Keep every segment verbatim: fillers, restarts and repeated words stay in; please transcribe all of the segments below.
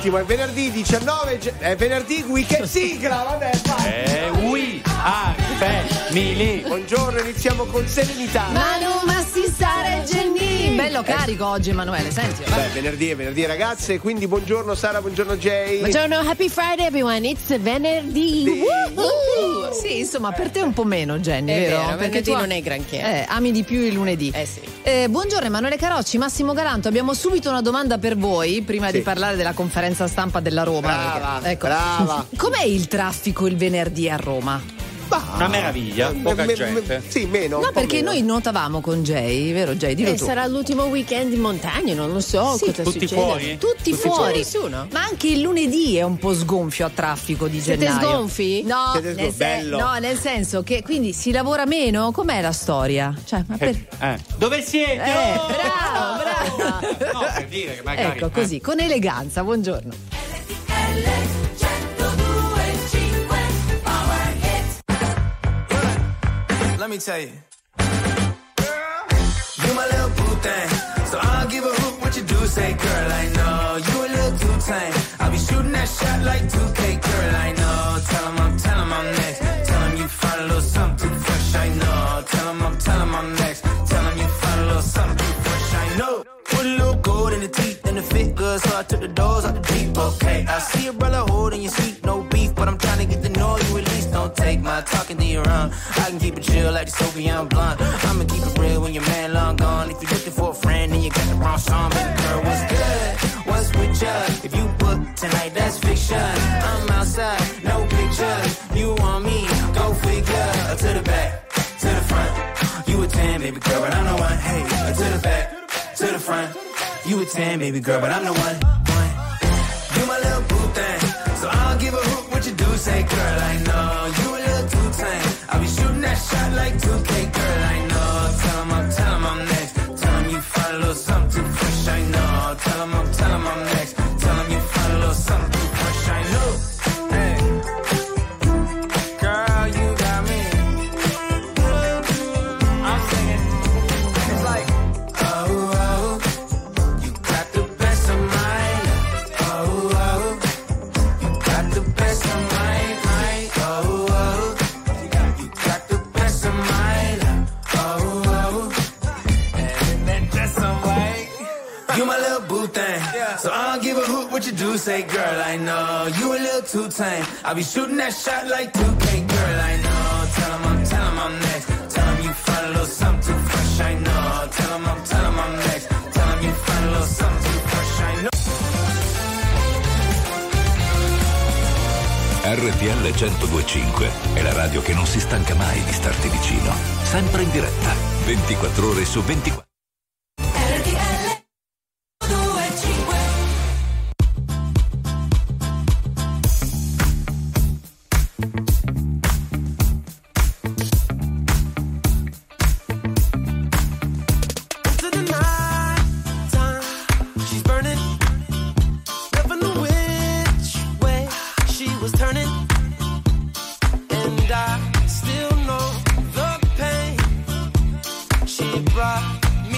attimo, è venerdì diciannove, è venerdì weekend, sigla, vabbè, vai. Eh, we are family. Buongiorno, iniziamo con serenità. Manu Massi Sara e Jenny. Bello carico oggi, Emanuele, senti. Beh, venerdì è venerdì, ragazze, quindi buongiorno Sara, buongiorno Jay. Buongiorno, happy Friday everyone, it's venerdì. Uh-huh. Sì, insomma, per te un po' meno, Jenny, è vero? vero, Perché tu non è granché. Eh, ami di più il lunedì. Eh sì. Eh, buongiorno Emanuele Carocci, Massimo Galanto, abbiamo subito una domanda per voi prima Sì. di parlare della conferenza stampa della Roma. Brava, perché, ecco, brava. Com'è il traffico il venerdì a Roma? Una meraviglia, poca me- gente. me- sì, meno. No, un po' perché meno. noi notavamo con Jay, vero Jay? Dillo Eh, tu. sarà l'ultimo weekend in montagna, non lo so Sì, cosa tutti succede. fuori? Tutti, Tutti fuori, nessuno. ma anche il lunedì è un po' sgonfio a traffico di Siete gennaio. sgonfi? No, Siete nel sgonfi? sen- Bello. no, nel senso che quindi si lavora meno? Com'è la storia? Cioè, ma per... Eh, eh. Dove siete? Eh, Oh! bravo, bravo. No, per dire che magari. Ecco, così, con eleganza, buongiorno. Let me tell you. You my little boo thing, so I'll give a hoot what you do. Say, girl, I know you a little too tame. I'll be shooting that shot like two K, girl, I know. Tell 'em I'm, tell 'em I'm next. Tell 'em you find a little something too fresh, I know. Tell 'em I'm, tell 'em I'm next. Tell 'em you find a little something too fresh, I know. Put a little gold in the teeth and the fit good, so I took the doors out the Jeep. Okay, I see a brother holding your seat, no beef, but I'm trying to get to know you at least. Don't take my talking to your own. I can keep it chill like the Soviet blonde. I'ma keep it real when your man long gone. If you're looking for a friend and you got the wrong song, baby girl, what's good? What's with ya? If you book tonight, that's fiction. I'm outside, no pictures. You want me? Go figure. To the back, to the front. You a ten, baby girl, but I'm the one. Hey, to the back, to the front. You a ten, baby girl, but I'm the one. one. You my little boo thing, so I'll give a hoot what you do. Say, girl, I know you a little too tame. I'll be shooting that shot like two K, girl, I know. Tell 'em I'm, tell 'em I'm next. Tell 'em you find a little something too fresh, I know. Tell 'em I'm, tell 'em I'm next. Tell 'em you find a little something too fresh, I know. Hey, girl, you got me. I'm singing. It's like, oh, oh, you got the best of mine. Oh, oh, you got the best of mine. I, oh, oh, you got the best of mine. Oh, oh, and that dress on white. You my little boo thing, so I don't give a hoot what you do. Say, girl, I know you a little too tame. I'll be shooting that shot like two K, girl, I know. Tell 'em I'm, tell 'em I'm next. Tell 'em you find a little something too fresh, I know. Tell 'em I'm, tell 'em I'm next. Tell 'em you find a little something too fresh, I know. R T L centodue e cinque è la radio che non si stanca mai di starti vicino. Sempre in diretta, ventiquattro ore su ventiquattro. Into the night time, she's burning. Never knew which way she was turning, and I still know the pain she brought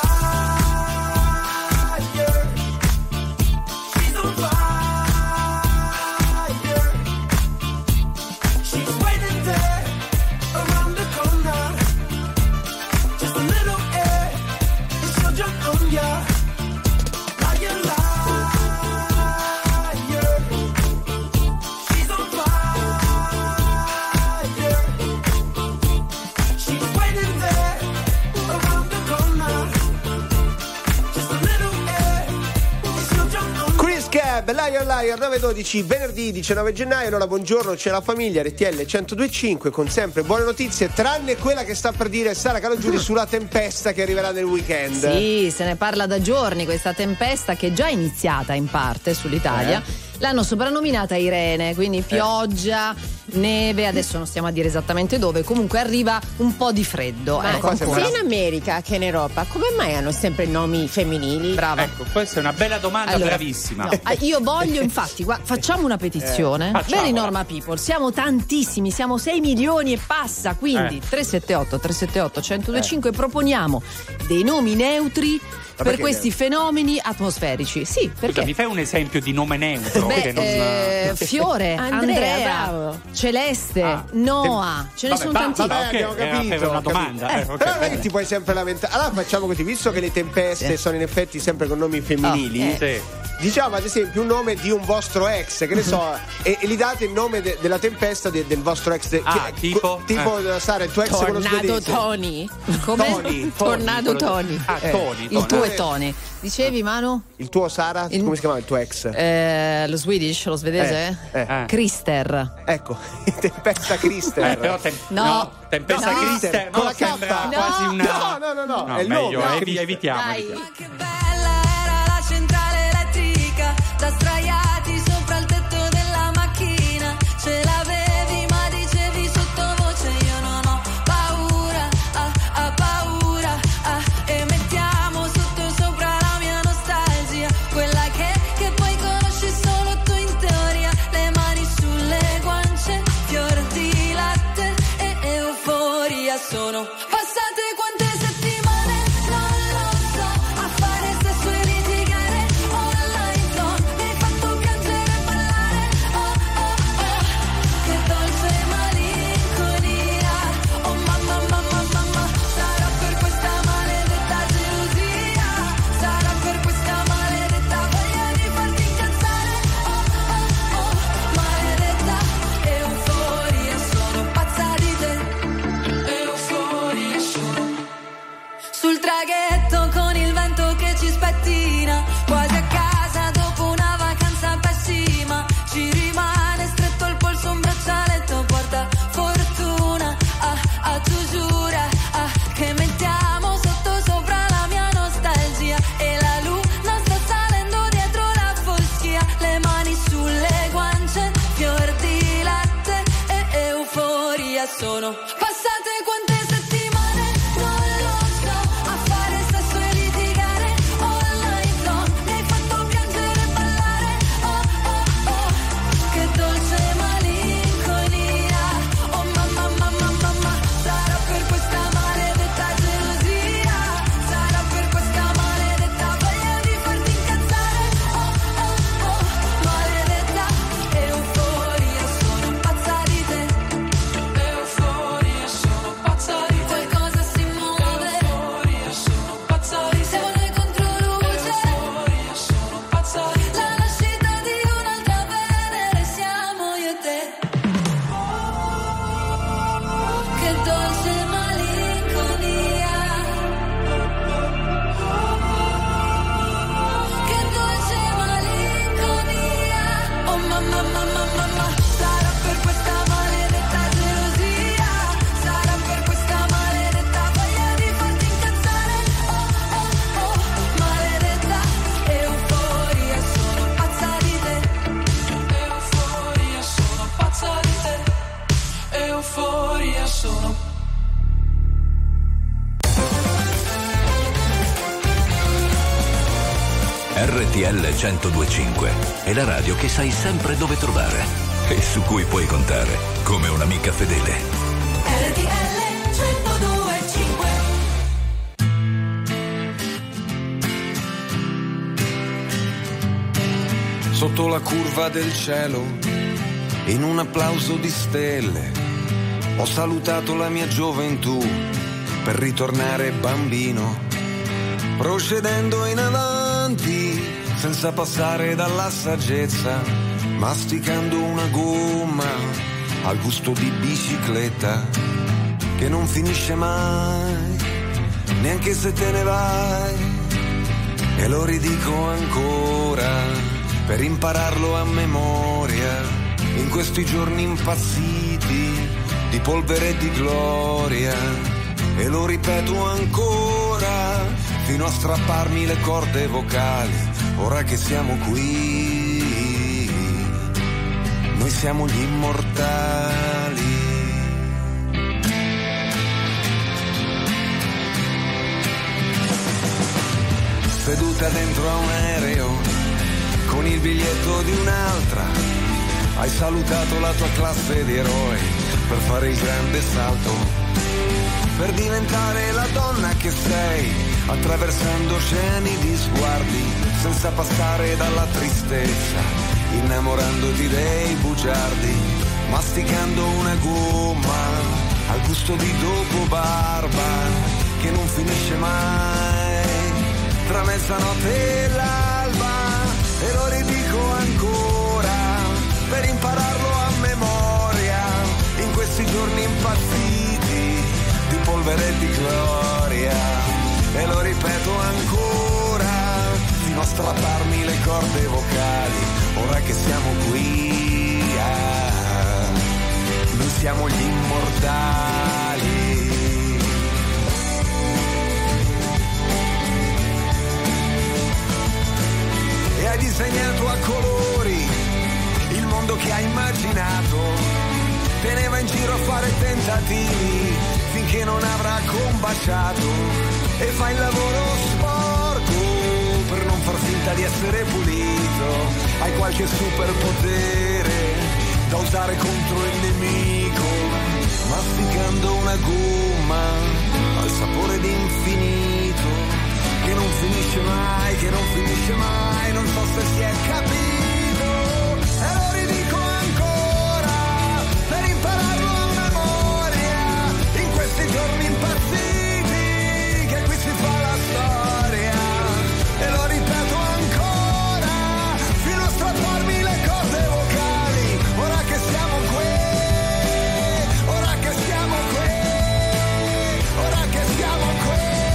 Liar Liar nove dodici venerdì diciannove gennaio. Allora buongiorno, c'è la famiglia R T L centodue e cinque con sempre buone notizie, tranne quella che sta per dire Sara Calogiuri sulla tempesta che arriverà nel weekend. Sì, se ne parla da giorni, questa tempesta che è già iniziata in parte sull'Italia. Eh. L'hanno soprannominata Irene, quindi pioggia, eh. neve, adesso non stiamo a dire esattamente dove, comunque arriva un po' di freddo. Ma ecco, sia in America che in Europa, come mai hanno sempre nomi femminili? Brava. Ecco, questa è una bella domanda, allora, bravissima. No, io voglio, infatti, guarda, facciamo una petizione. Eh, Very Norma People, siamo tantissimi, siamo sei milioni e passa, quindi eh. tre sette otto tre sette otto uno zero due cinque eh. proponiamo dei nomi neutri per questi ne? fenomeni atmosferici. Sì, perché? Scusa, mi fai un esempio di nome neutro? Beh, che non... eh, Fiore, Andrea, Andrea Celeste, ah. Noah, ce ne vabbè, sono va, tantissimi. vabbè, okay, abbiamo capito. Era una domanda. Eh, eh, okay. Però non è che ti puoi sempre lamentare. Allora facciamo così, visto che le tempeste sì. sono in effetti sempre con nomi femminili, oh, eh. sì. diciamo ad esempio un nome di un vostro ex, che ne so, e, e gli date il nome de, della tempesta de, del vostro ex. De, ah, che, tipo? Tipo eh. Sara, il tuo ex Tornado quello svedese. Tony. Come? Tony. Tornado Tony. Ah, eh. Tony. Il tuo è Tony. Dicevi, Manu? Il tuo Sara? Il... Come si chiama il tuo ex? Eh, lo Swedish, lo svedese? Eh, eh. Krister. Ecco, tempesta Krister. Eh, però tem- no. no, tempesta no. Krister con no, la K. sembra No. quasi una. No, no, no, no, no è il meglio, nome. evi- evitiamo. Dai. evitiamo. Ma che bella era la centrale elettrica, da sdraiati sopra il tetto della macchina. Ce l'avevi ma dicevi sottovoce io non ho paura, ah, ah, paura, ah, e mettiamo sotto sopra la mia nostalgia, quella che, che poi conosci solo tu in teoria. Le mani sulle guance, fior di latte e euforia sono passate quante settimane, non lo so, a fare sesso e litigare online zone, mi hai fatto piangere e ballare, oh oh oh, che dolce malinconia, oh mamma mamma mamma, sarà per questa maledetta gelosia, sarà per questa maledetta voglia di farti incazzare, oh oh oh, maledetta euforia, sono pazza di te, euforia sono. Sul traghetto con il vento che ci spettina, quasi a casa dopo una vacanza pessima, ci rimane stretto il polso, un braccialetto porta fortuna, ah, ah, tu giura, ah, che mettiamo sotto sopra la mia nostalgia, e la luna sta salendo dietro la foschia, le mani sulle guance, fior di latte e euforia sono passate quante settimane, non lo so, a fare sesso e litigare online zone, mi hai fatto piangere e ballare, oh oh oh, che dolce malinconia, oh mamma mamma mamma, sarà per questa maledetta gelosia, sarà per questa maledetta voglia di farti incazzare, oh oh oh, maledetta euforia, sono pazza di te, euforia, sono pazza di te, qualcosa si muove, euforia, sono pazza di te, siamo noi contro luce, euforia, sono pazza di te, la nascita di un'altra Venere siamo io e te, che dolce malinconia, che dolce malinconia, oh mamma mamma mamma, sarà per questa maledetta gelosia, sarà per questa maledetta voglia di farti incazzare, oh oh oh, maledetta euforia, sono pazza di te, euforia, sono pazza di te, euforia, sono. R T L centodue e cinque è la radio che sai sempre dove trovare e su cui puoi contare come un'amica fedele. R T L centodue e cinque. sotto la curva del cielo, in un applauso di stelle, ho salutato la mia gioventù per ritornare bambino, procedendo in avanti senza passare dalla saggezza, masticando una gomma al gusto di bicicletta che non finisce mai, neanche se te ne vai, e lo ridico ancora per impararlo a memoria in questi giorni impazziti di polvere e di gloria, e lo ripeto ancora fino a strapparmi le corde vocali, ora che siamo qui, noi siamo gli immortali. Seduta dentro a un aereo con il biglietto di un'altra, hai salutato la tua classe di eroi per fare il grande salto, per diventare la donna che sei, attraversando oceani di sguardi senza passare dalla tristezza, innamorandoti dei bugiardi, masticando una gomma al gusto di dopo barba che non finisce mai, tra mezzanotte e l'alba, e lo ridico ancora per impararlo a memoria in questi giorni impazziti di polvere e di gloria, e lo ripeto ancora fino a strapparmi le corde vocali, ora che siamo qui, ah, noi siamo gli immortali. E hai disegnato a colori il mondo che hai immaginato, te ne va in giro a fare tentativi finché non avrà combaciato, e fai il lavoro sporco per non far finta di essere pulito, hai qualche superpotere da usare contro il nemico, masticando una gomma al sapore di infinito, che non finisce mai, che non finisce mai, non so se si è capito, e lo ridico ancora per impararlo a memoria in questi giorni impazziti che qui si fa la storia, e lo ripeto ancora fino a strapparmi le corde vocali, ora che siamo qui, ora che siamo qui, ora che siamo qui.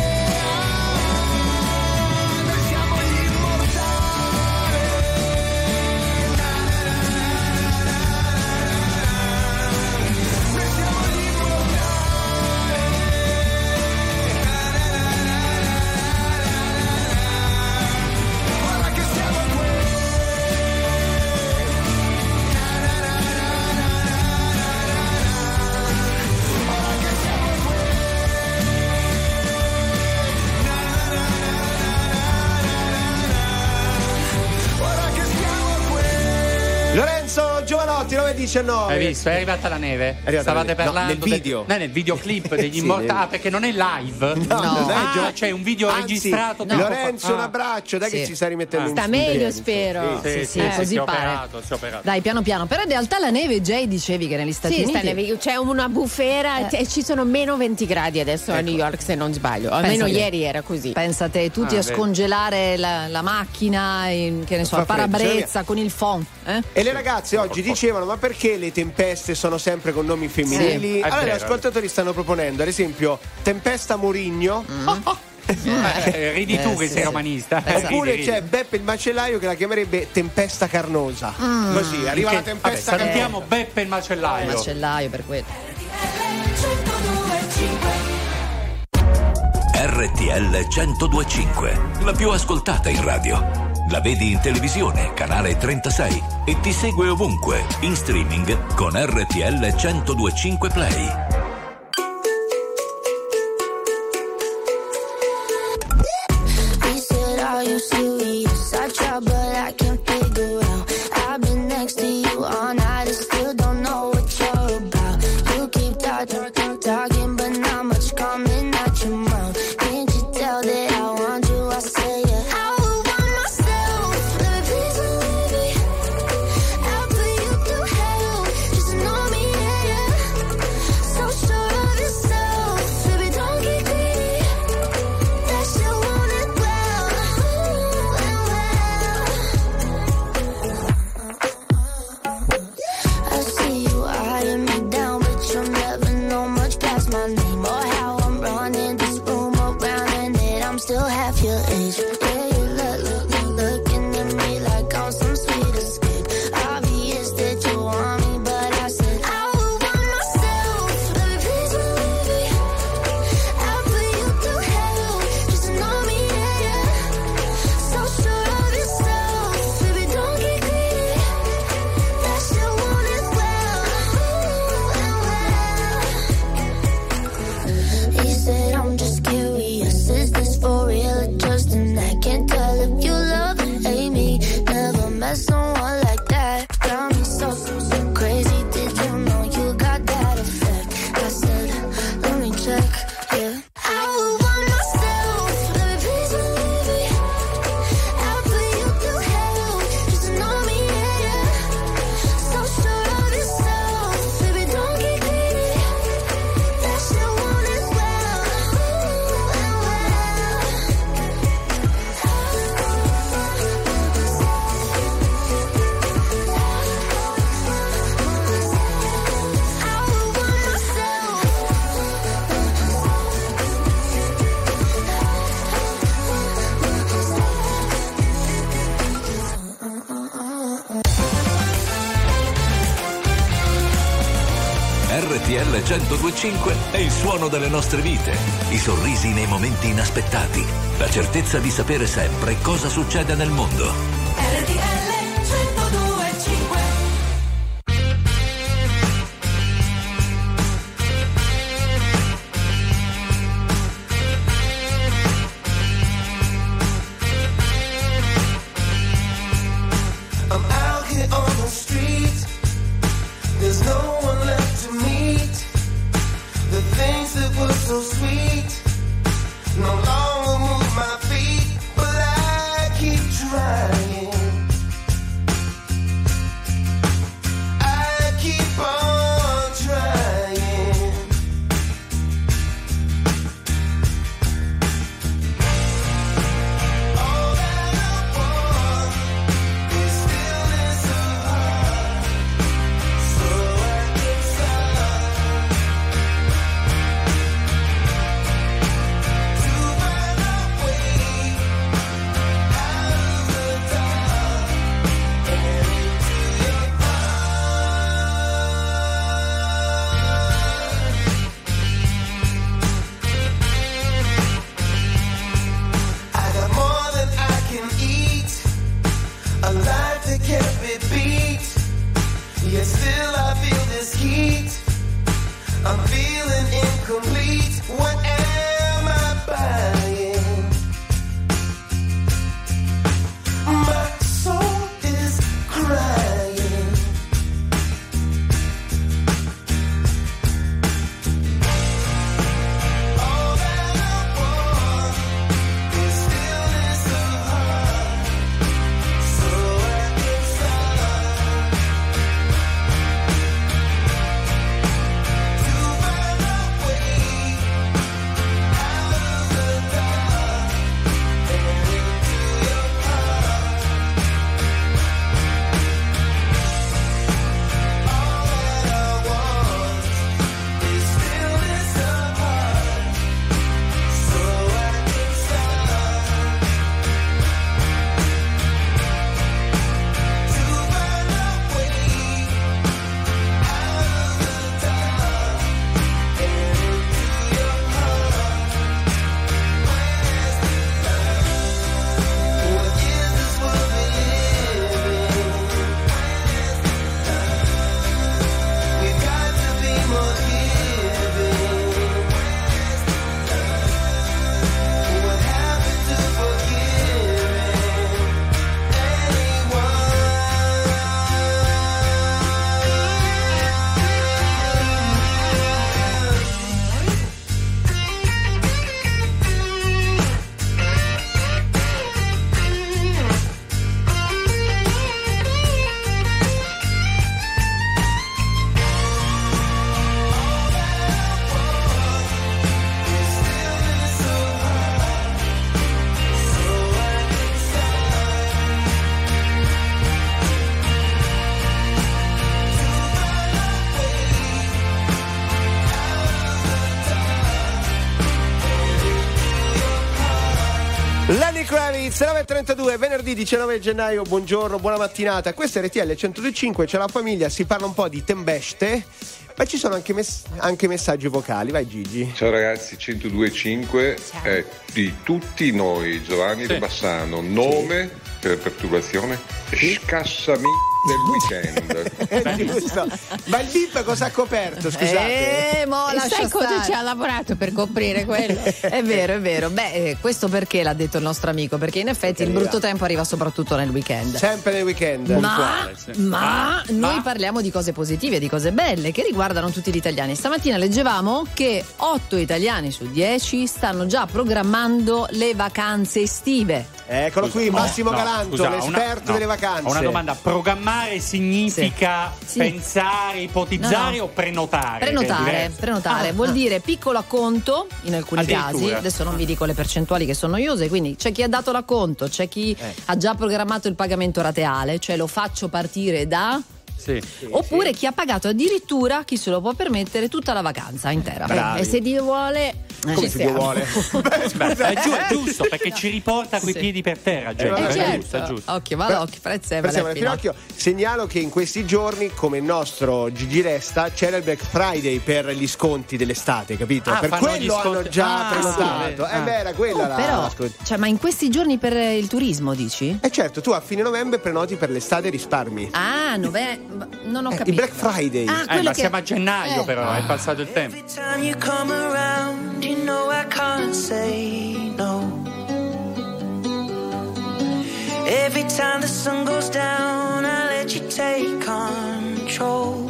Lorenzo Giovanotti, nove e diciannove. Hai visto? È arrivata la neve. È arrivata Stavate la neve. parlando No, nel video. Del, no, nel videoclip degli Sì, immortali. nel- Ah, perché non è live. No, non è ah, Gio- c'è un video Anzi, registrato. no. tempo fa. Lorenzo, un Ah. abbraccio, dai Sì. che ci sta rimettendo Ah. in Sta in meglio, piedi, spero. sì. Sì, sì, sì, così si è pare. operato, si è operato. Dai, piano piano. Però in realtà la neve, Jay, dicevi che negli Stati Sì, Uniti sta neve- c'è una bufera e ci sono meno venti gradi adesso a New York, se non sbaglio. Almeno Pensate. ieri era così. Pensate tutti Ah, a vedi. scongelare la, la macchina, in, che ne so, Fa al freddo, parabrezza con il phon. Eh? E le ragazze oggi dicevano: ma perché le tempeste sono sempre con nomi femminili? Sì, è allora vero. gli ascoltatori stanno proponendo, ad esempio, Tempesta Murigno. Eh, ridi tu Eh, che sì. sei romanista. Eh, Oppure ridi, c'è ridi. Beppe il macellaio che la chiamerebbe Tempesta Carnosa. Così arriva la Che- tempesta vabbè, carnosa. salutiamo Beppe il macellaio. Macellaio per quello. R T L centodue e cinque, la più ascoltata in radio. La vedi in televisione, canale trentasei, e ti segue ovunque, in streaming con R T L centodue e cinque Play. He said, are you serious? I tried, but I can't figure out. I've been next to you all night and still don't know what you're about. You keep talking, talking, but not much coming out your mouth. Can't you tell that I want you? I say, yeah. I would want myself, let me please, baby. half your age. Yeah, you look, look, look, looking at me like I'm some sweet escape. Obvious that you want me, but I said I would want myself. Baby, please believe me. I'll put you through hell. Just know me, yeah, yeah. So sure of yourself. Baby, don't get greedy. That shit won't as well. He said I'm just curious. Is this for real or just an act? Can't tell if you love or hate me. Never met someone like that. Got me so, so, so crazy. Did you know you got that effect? I said, let me check, yeah. I would want myself. Baby, please believe me. I'll put you through hell. Just know me, yeah, yeah. So sure of yourself. Baby, don't get greedy. That shit won't as well. I would want myself. R T L centodue e cinque è il suono delle nostre vite, i sorrisi nei momenti inaspettati, la certezza di sapere sempre cosa succede nel mondo. R T L centodue e cinque. I'm out here on the street. There's no one left to meet. The things that were so sweet no longer move my feet, but I keep trying. Lenny Kravitz, nove e trentadue, venerdì diciannove gennaio, buongiorno, buona mattinata. Questa è R T L centodue e cinque, c'è la famiglia, si parla un po' di tempeste, ma ci sono anche, mess- anche messaggi vocali, vai Gigi. Ciao ragazzi, centodue e cinque è di tutti noi, Giovanni Sì. De Bassano, nome per perturbazione, scassami del weekend. È giusto. Ma il bip cosa ha coperto, scusate? Eh, mo E lascia sai cosa stare. ci ha lavorato per coprire quello? È vero, è vero. Beh, eh, questo perché l'ha detto il nostro amico? Perché in effetti il brutto tempo arriva soprattutto nel weekend. Sempre nel weekend. Ma, sì. ma Ah, noi ma- parliamo di cose positive, di cose belle che riguardano tutti gli italiani. Stamattina leggevamo che otto italiani su dieci stanno già programmando le vacanze estive. Eccolo qui, No, Massimo no, Galanto, scusa, l'esperto una- no, delle vacanze. Ho una domanda, programmare significa Sì. pensare, ipotizzare No, no. o prenotare? Che è Prenotare, diverso. prenotare Ah, vuol ah. dire piccolo acconto in alcuni casi. Addirittura. Adesso non vi dico le percentuali che sono noiose, quindi c'è chi ha dato l'acconto, c'è chi Eh. ha già programmato il pagamento rateale, cioè lo faccio partire da. Sì. Oppure chi ha pagato addirittura, chi se lo può permettere, tutta la vacanza intera. Bravi. E se Dio vuole, Eh, Come ci se Dio siamo. vuole. Beh, Beh, scusa. è, giu- è giusto perché ci riporta coi Sì. piedi per terra, gente. vabbè, è certo. giusto, è giusto. Occhio, va l'occhio, prezzemolo Prezzemolo al al finocchio. Segnalo che in questi giorni, come il nostro Gigi Resta, c'era il Black Friday per gli sconti dell'estate, capito? Ah, per fanno quello gli sconti- hanno già Ah, prenotato. sì. Eh beh, era quella Oh, la però, la sconti. cioè, ma in questi giorni per il turismo, dici? Eh certo, tu a fine novembre prenoti per l'estate e risparmi. Ah, nove... non ho Eh, capito. il Black Friday. Ah, Eh, quello ma che... siamo a gennaio Eh. però, è passato il tempo. Every time you come around, you know I can't say no. Every time the sun goes down, I let you take control.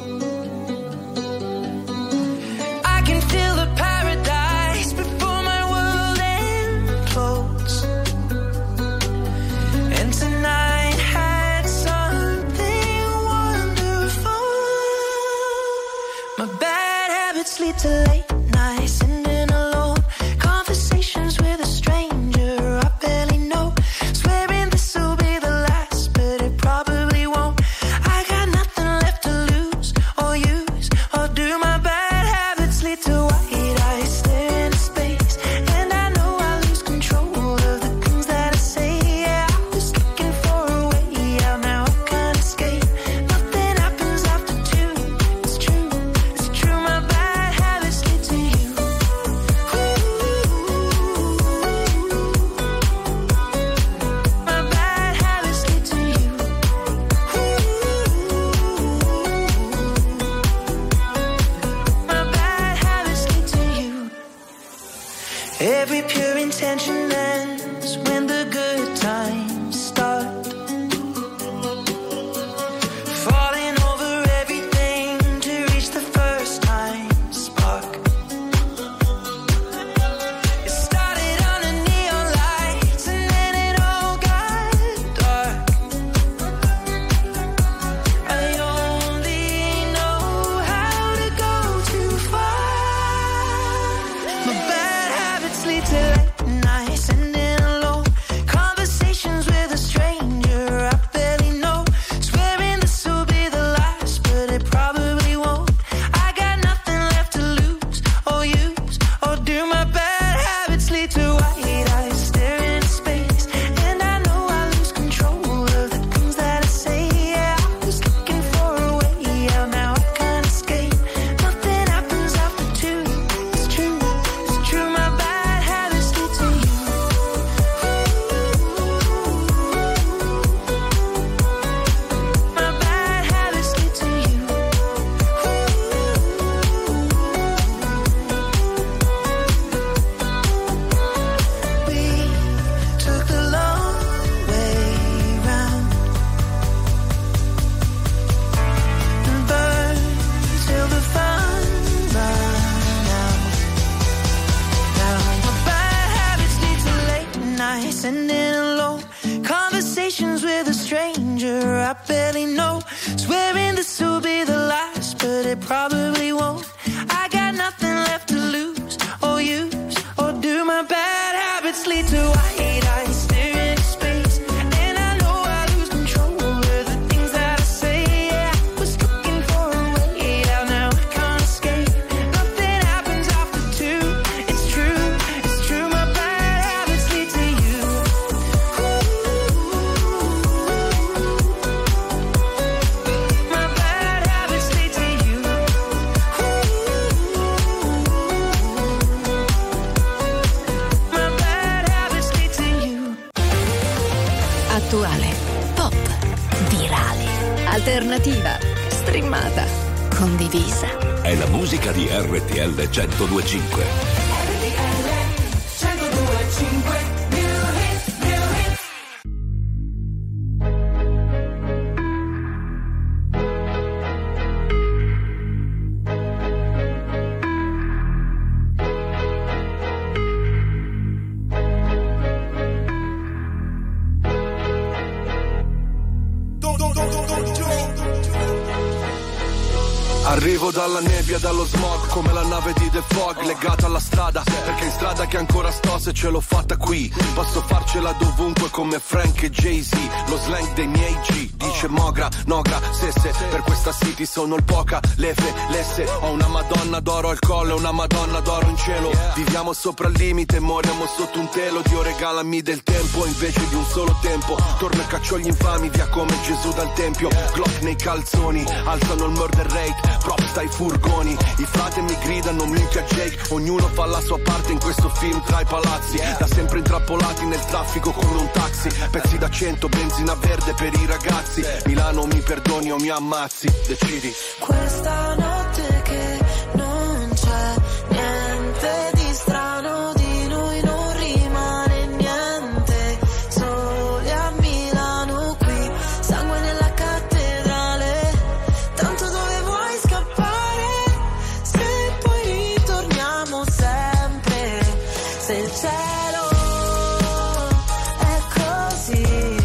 I can feel the paradise before my world implodes. And tonight had something wonderful. My bad habits lead to late nights, ending alone. Conversations with a stranger I barely know. Swearing this will be the last, but it probably won't. I got nothing left to lose or use or do. My bad habits lead to white eyes staring into space, and I know I lose control of the things that I say. Yeah, I was looking for a way out, now I can't escape. Nothing happens after two. It's true, it's true. My bad habits lead to you. My bad habits lead to you. My bad habits lead to you. Every pure intention ends when the good times start. Falling over everything to reach the first time spark. It started under neon lights and then it all got dark. I only know how to go too far. My bad habits lead to late nights, ending alone. Conversations with a stranger I barely know. Swearing this will be the last, but it probably won't. I got nothing left to lose or use or do. My bad habits lead to white eyes staring into space, and I know I lose control of the things that I say. Yeah, I was looking for a way out, now I can't escape. Nothing happens after two. It's true, it's true. My bad habits lead to you. My bad habits lead to you. We took the long way round and burned till the fun ran out. Now my bad habits lead to late nights, ending alone. Conversations with a stranger I barely know. Swearing this will be the last, but it probably won't. I got nothing left to lose or use or do. My bad habits lead to white eyes staring into space, and I know I lose control of the things that I say. Yeah, I was looking for a way out, now I can't escape. Nothing happens after two. It's true, it's true. My bad habits lead to you. attuale, pop, virale, alternativa, streamata, condivisa. È la musica di R T L centodue e cinque. R T L centodue e cinque. Arrivo dalla nebbia, dallo smog, come la nave di The Fog, legata alla strada, perché in strada che ancora sto se ce l'ho fatta qui. Posso farcela dovunque come Frank e Jay-Z, lo slang dei miei G, dice Mogra, Nogra, Sesse, per questa city sono il poca, lefe, lesse, ho una madonna d'oro al collo e una madonna d'oro in cielo. Viviamo sopra il limite, moriamo sotto un telo, Dio regalami del tempo invece di un solo tempo. Torno e caccio gli infami via come Gesù dal tempio, Glock nei calzoni, alzano il murder rate, props dai furgoni, i frate mi gridano minchia Jake, ognuno fa la sua parte in questo film tra i palazzi, da sempre intrappolati nel traffico come un taxi, pezzi da cento, benzina verde per i ragazzi, Milano mi perdoni o mi ammazzi, decidi. Questa notte che non c'è niente di strano, di noi non rimane niente, soli a Milano qui, sangue nella cattedrale, tanto dove vuoi scappare, se poi ritorniamo sempre, se il cielo è così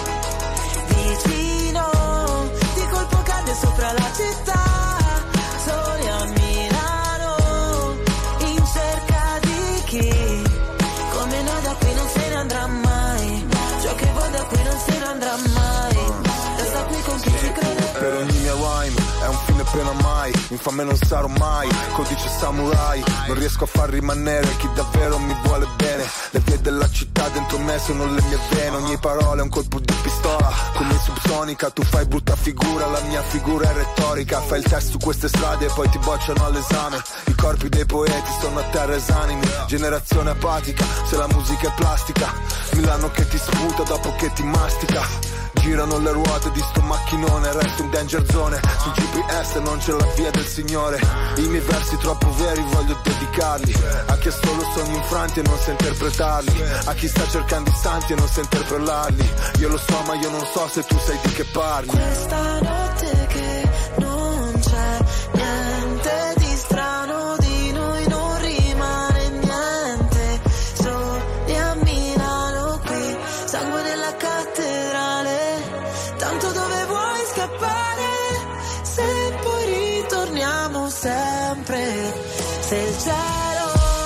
vicino, di colpo cade sopra la città, soli a Milano, in cerca di chi, come noi da qui non se ne andrà mai, ciò che vuoi da qui non se ne andrà mai, resta qui con chi ci crede. Per ogni mia rhyme è un fine pena mai, infame non sarò mai, codice samurai, non riesco a far rimanere chi davvero mi vuole bene, le vie della città dentro me sono le mie vene, ogni parola è un colpo di pistola, come subsonica, tu fai brutta figura, la mia figura è retorica, fai il test su queste strade e poi ti bocciano all'esame, i corpi dei poeti sono a terra esanimi, generazione apatica, se la musica è plastica, Milano che ti sputa dopo che ti mastica. Girano le ruote di sto macchinone, resto in danger zone, su G P S non c'è la via del Signore, i miei versi troppo veri voglio dedicarli, a chi ha solo sogni infranti e non sa interpretarli, a chi sta cercando i santi e non sa interpellarli, io lo so ma io non so se tu sai di che parli. Questa notte che non c'è niente di strano, di noi non rimane niente, soli a Milano qui, sangue nella cattedrale, tanto dove vuoi scappare, se poi ritorniamo sempre, se il cielo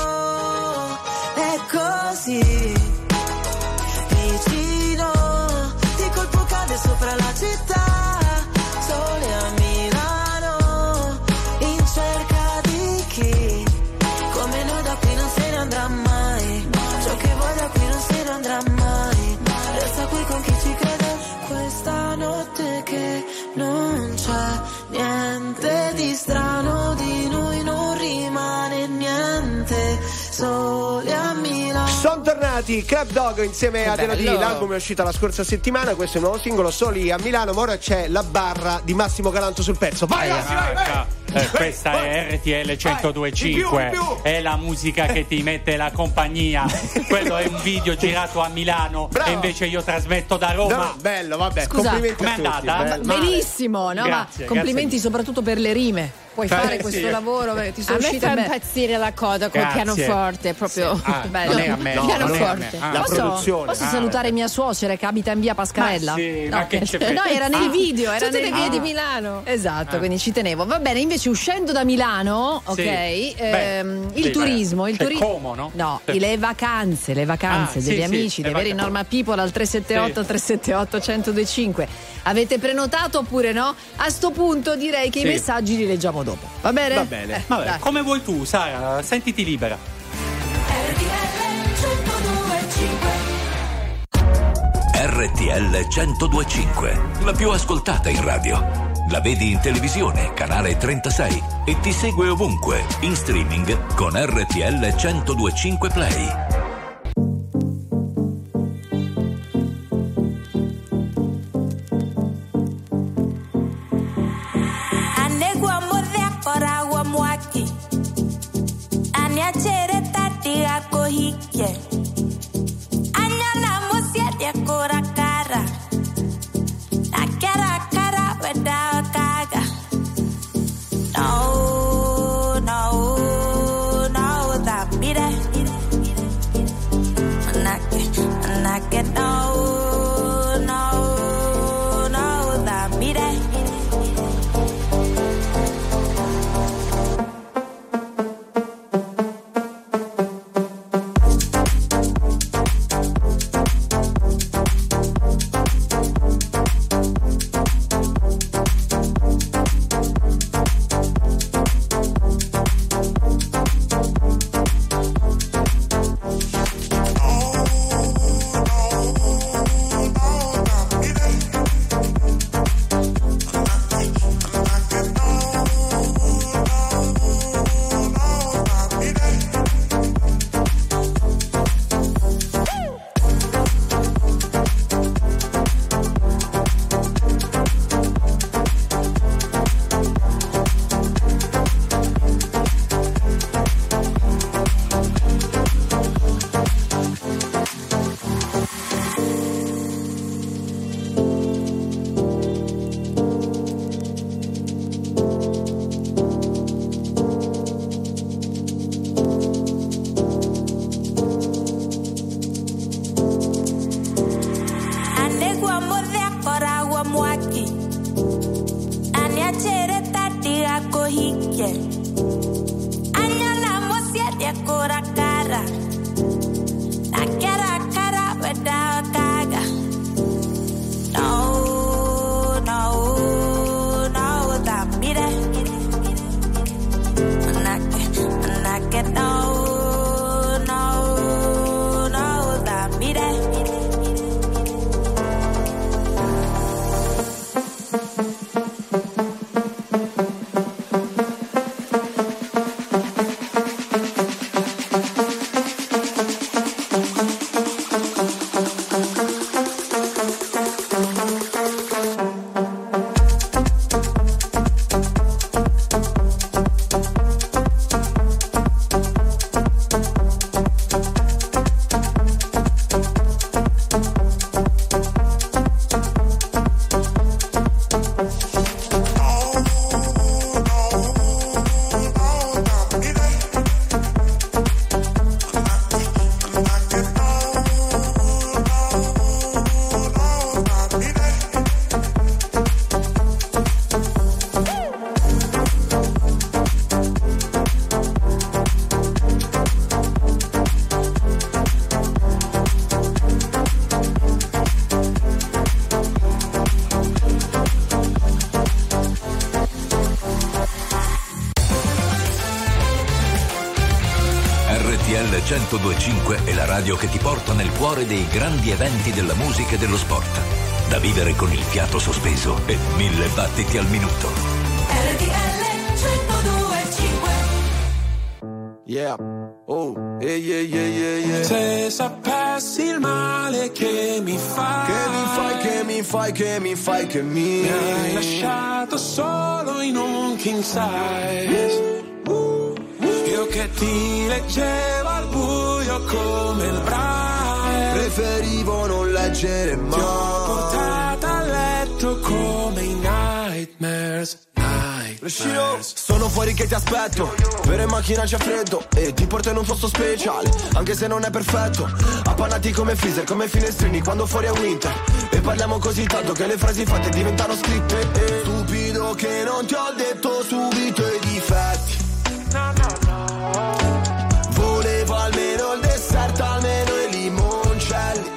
è così vicino, di colpo cade sopra la città, sole a Milano, in cerca di chi, come noi da qui non se ne andrà mai, ciò che vuoi da qui non se ne andrà mai, resta qui con chi ci crede. Questa notte che non c'è niente di strano, di noi non rimane niente, soli a Milano. Sono tornati Club Dog insieme Che a Elodie, bello. l'album è uscito la scorsa settimana, questo è il nuovo singolo, Soli a Milano, ma ora c'è la barra di Massimo Galanto sul pezzo. Vai, vai, vai, vai. Eh, questa è R T L centodue e cinque, è la musica che ti mette la compagnia. Quello è un video girato a Milano. Bravo. E invece io trasmetto da Roma. No, bello, vabbè. Scusa, complimenti com'è a tutti. andata? Bello. Benissimo, no? Grazie, ma complimenti grazie. soprattutto per le rime. Puoi Eh, fare sì. questo lavoro, beh, ti sono A me uscite fa bene. impazzire la coda col Grazie. pianoforte, è proprio Ah, bello. non è a me, No, non è a me. pianoforte. Ah, La Posso, produzione. posso Ah, salutare mia suocera che abita in via Pascarella? Ma sì, no, ma che c'è no, era nel Ah. video, era Tutte nel le vie di video. Milano. Esatto, Ah. quindi ci tenevo. Va bene, invece uscendo da Milano, ok, Sì. ehm, Beh, il sì, turismo, beh, il c'è turi- Como, no? No, Sì. le vacanze, le vacanze Ah, degli sì, amici, sì, dei le veri vacanze. Normal People al tre sette otto tre sette otto uno zero due cinque. Avete prenotato oppure no? A sto punto direi che Sì. i messaggi li leggiamo dopo. Va bene? Va bene. Eh, Vabbè, dai. come vuoi tu, Sara, sentiti libera. R T L centodue e cinque. R T L centodue e cinque, la più ascoltata in radio. La vedi in televisione, canale trentasei, e ti segue ovunque, in streaming con R T L centodue e cinque Play. cura cara. La cara cara without gaga. No, no, no, that be that. And I get, and I get no, no, no, that be that. centodue e cinque è la radio che ti porta nel cuore dei grandi eventi della musica e dello sport. Da vivere con il fiato sospeso e mille battiti al minuto. R T L centodue e cinque. Yeah, oh, yeah, yeah, yeah, yeah, yeah. Se sapessi il male che mi fai, che mi fai, che mi fai, che mi fai, che mi, mi hai lasciato solo in un king size. Io che ti leggevo al buio come il Braille, preferivo non leggere mai. Ti ho portata a letto come i nightmares, nightmares. Sono fuori che ti aspetto, vero in macchina c'è freddo e ti porto in un posto speciale, anche se non è perfetto. Appannati come freezer, come finestrini quando fuori è winter. E parliamo così tanto che le frasi fatte diventano scritte. E stupido che non ti ho detto subito i difetti. No, no, no. Volevo almeno il dessert, almeno i limoncelli.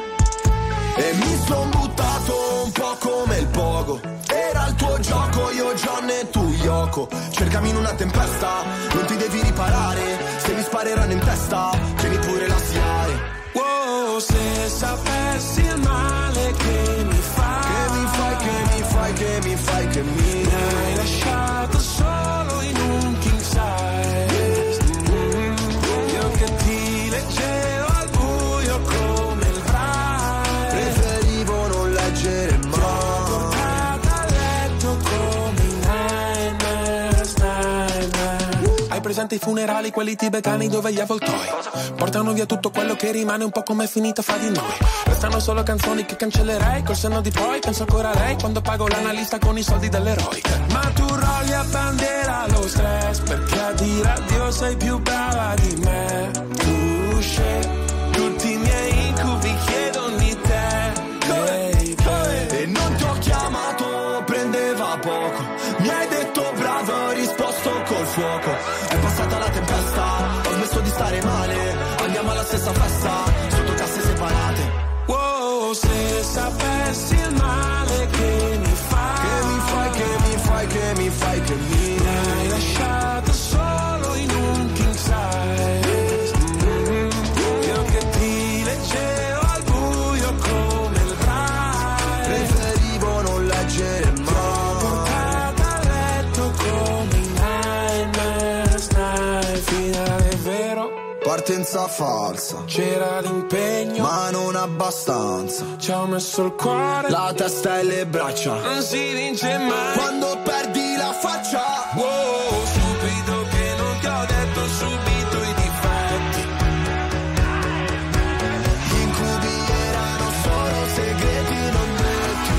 E mi son buttato un po' come il pogo. Era il tuo gioco, io John e tu Yoko. Cercami in una tempesta, non ti devi riparare. Se mi spareranno in testa, tieni pure la SIAE. Wow, se sapessi il male che mi fai, che mi fai, che mi fai, che mi fai, che mi, mi hai lasciato solo in un king size. Mm-hmm. Io che ti leggevo al buio come il Braille, preferivo non leggere mai. Ti ho portata a letto come i nightmares, nightmares. Hai preso presente i funerali, quelli tibetani dove gli avvoltoi portano via tutto quello che rimane, un po' come è finita fra di noi. Restano solo canzoni che cancellerei, col senno di poi penso ancora a lei quando pago l'analista con i soldi dell'eroe. Ma tu rolli a bandiera lo stress, perché a dire addio sei più brava di me. Tu scegli tutti i miei incubi, chiedono di te. Hey, hey. E non ti ho chiamato, prendeva poco. Mi hai detto bravo, ho risposto col fuoco. È passata la tempesta, ho smesso di stare male. Andiamo alla stessa festa, sotto casse separate. Wow, se sapessi il male che mi fai, che mi fai, che mi fai, che mi fai, che mi hai lasciato solo in un king size. Mm-hmm. Io che ti leggevo al buio come il braille, preferivo non leggere mai. Portata a letto come i nightmares, night. Finale vero, partenza falsa, c'era l'impegno ma non abbastanza. Ci ho messo il cuore, la testa e le braccia. Non si vince mai quando perdi la faccia. Wow, subito che non ti ho detto subito i difetti. Gli incubi erano solo segreti non detti.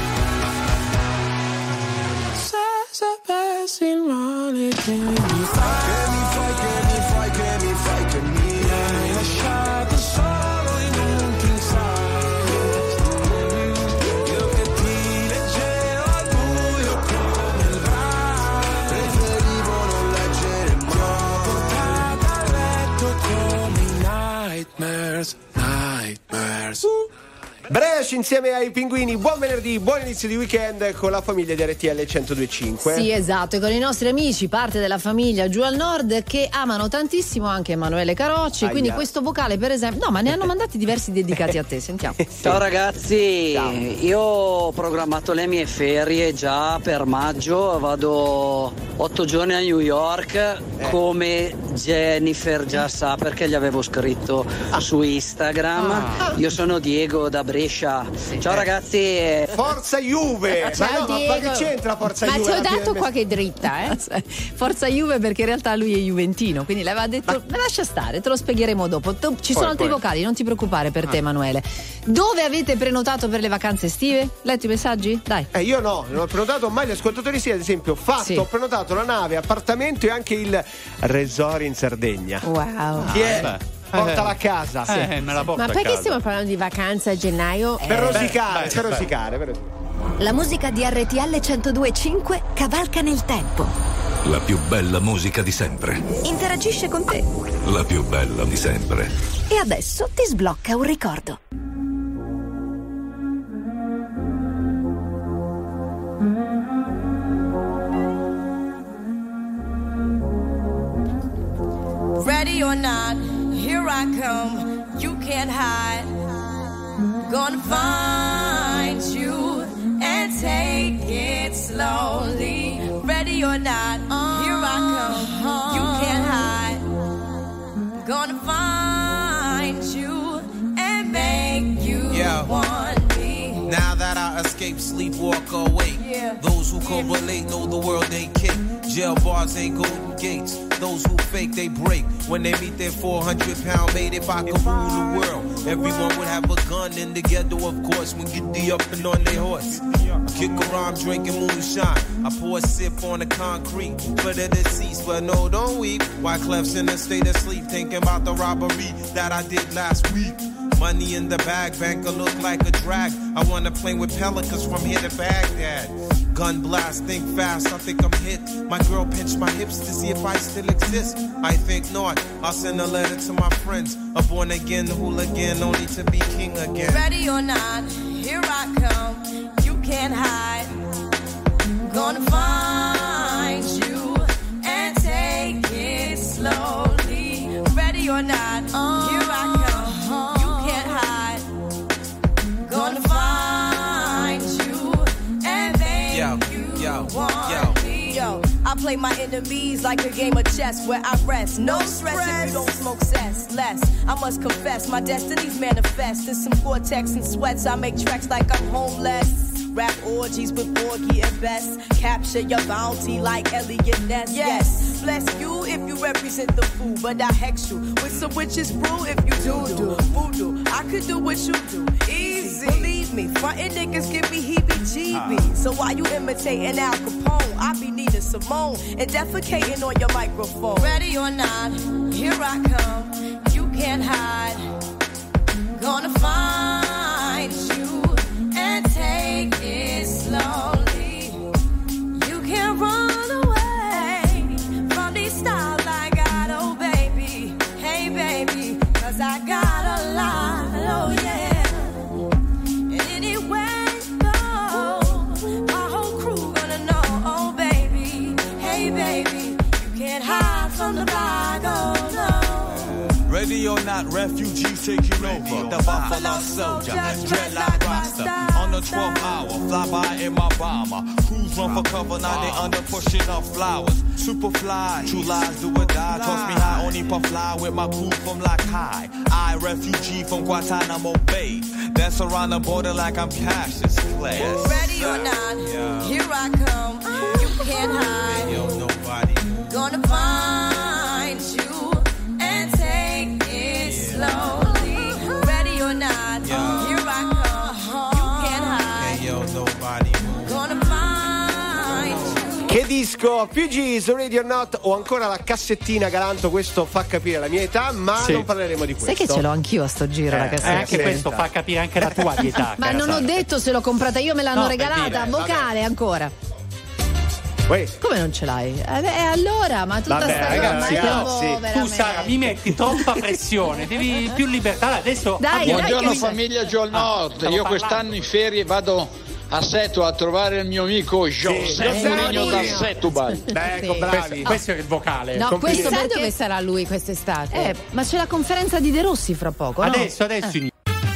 Se sapessi il male che mi fai, che mi fai, che mi fai, che mi fai, che mi hai lasciato solo in un king size. Io che ti leggevo al buio come il braille, preferivo non leggere mai. portata a letto come i nightmares, nightmares. Brescia insieme ai Pinguini, buon venerdì, buon inizio di weekend con la famiglia di R T L centodue e cinque. Sì, esatto, e con i nostri amici, parte della famiglia giù al nord, che amano tantissimo anche Emanuele Carocci. Aia. Quindi questo vocale, per esempio, no, ma ne hanno mandati diversi dedicati a te, sentiamo. Sì. Ciao ragazzi, Ciao. Io ho programmato le mie ferie già per maggio, vado otto giorni a New York, eh. come Jennifer già sa perché gli avevo scritto ah. su Instagram. Ah. Io sono Diego da Brescia. Ciao eh. ragazzi. Forza Juve. Ciao ma, no, ma che c'entra Forza ma Juve? Ma ti ho dato qualche dritta, eh? Forza Juve perché in realtà lui è juventino, quindi lei aveva detto ma... lascia stare, te lo spiegheremo dopo. Ci poi, sono altri poi. vocali, non ti preoccupare per ah. te Emanuele. Dove avete prenotato per le vacanze estive? Letto i messaggi? Dai. Eh, io no, non ho prenotato mai, gli ascoltatori sì, ad esempio, fatto, sì. ho prenotato la nave, appartamento e anche il resort in Sardegna. Wow. Chi è? Beh. Portala a casa. Eh, sì. me la porto Ma a perché casa. stiamo parlando di vacanza a gennaio? Per eh. rosicare, beh, per beh, rosicare. Per... La musica di R T L centodue e cinque cavalca nel tempo. La più bella musica di sempre. Interagisce con te. La più bella di sempre. E adesso ti sblocca un ricordo. Ready or not, here I come. You can't hide. Gonna find you and take it slowly. Ready or not, here I come. You can't hide. Gonna find you and make you yeah. want me. Now that I escape, sleep, walk awake. Yeah. Those who correlate know the world ain't kick. Jail bars ain't golden gates. Those who fake, they break. When they meet their four hundred pound mate, if I could rule the world, everyone would have a gun in the ghetto, of course, when get the up and on their horse. Kick around drinking moonshine. I pour a sip on the concrete for the deceased, but no, don't weep. Why Clef's in a state of sleep, thinking about the robbery that I did last week. Money in the bag, banker look like a drag. I wanna play with pelicans from here to Baghdad. Gun blast, think fast, I think I'm hit. My girl pinched my hips to see if I still exist. I think not, I'll send a letter to my friends. A born again hooligan, only to be king again. Ready or not, here I come. You can't hide. Gonna find you and take it slowly. Ready or not, here I come. You can't hide. Gonna find you and make yo, you yo, want yo. me. Yo, I play my enemies like a game of chess where I rest. No stress if you don't smoke cess. Less, I must confess, my destinies manifest. In some Gore-Tex and sweats, I make tracks like I'm homeless. rap orgies with Borgie and Best. Capture your bounty like Elliot Ness. Yes, bless you if you represent the fool, but I hex you with some witches brew if you do do voodoo. I could do what you do, easy. Believe me, frontin' niggas give me heebie-jeebies. So while you imitating Al Capone, I be needing Simone and defecating on your microphone. Ready or not, here I come. You can't hide. Gonna find you and take it slowly. You can't run away from these styles I got, oh baby. Hey baby, cause I got a lot, oh yeah. And anywhere you go, my whole crew gonna know, oh baby. Hey baby, you can't hide from the bag, oh no. Ready or not, refugees taking over. The Buffalo Soldier, dreadlock roster. On the twelfth hour, fly by in my bomber. Crews run for cover, now they under pushing up flowers. Super fly, true lies do or die. Toss me high, only puff fly with my crew from like high. I, refugee from Guantanamo Bay. Dance around the border like I'm Cassius Clay. Ready or not, yeah. Here I come. You can't hide. Yo, nobody. Gonna find you and take it slowly. Ready or not, yeah. Here I come. You can't hide. Hey, yo, nobody. Gonna find you. Che disco? Fugees, Ready or Not, o ancora la cassettina Galanto, questo fa capire la mia età, ma sì. non parleremo di questo. Sai che ce l'ho anch'io a sto giro, Eh, la Eh, cassettina. anche questo fa capire anche la tua di età. Ma cara non ho Sara. detto se l'ho comprata io, me l'hanno No, per regalata, dire, vocale ancora. Uè. Come non ce l'hai? Eh, beh, allora, ma tutta Vabbè, sta ragazzi, roba, no, io, sì. Tu veramente. Sara mi metti troppa pressione, devi più libertà. Adesso Dai, abbiamo- dai, Buongiorno che- famiglia Joel Nord, stavo io parlando. quest'anno in ferie vado a Seto a trovare il mio amico José Sì, Mourinho da Mourinho. Setúbal. Beh, ecco, Sì. bravi. Questo è il vocale. No, Complimenti. questo Chissà perché... dove sarà lui quest'estate. Eh, ma c'è la conferenza di De Rossi fra poco, no? Adesso, adesso Eh. inizia.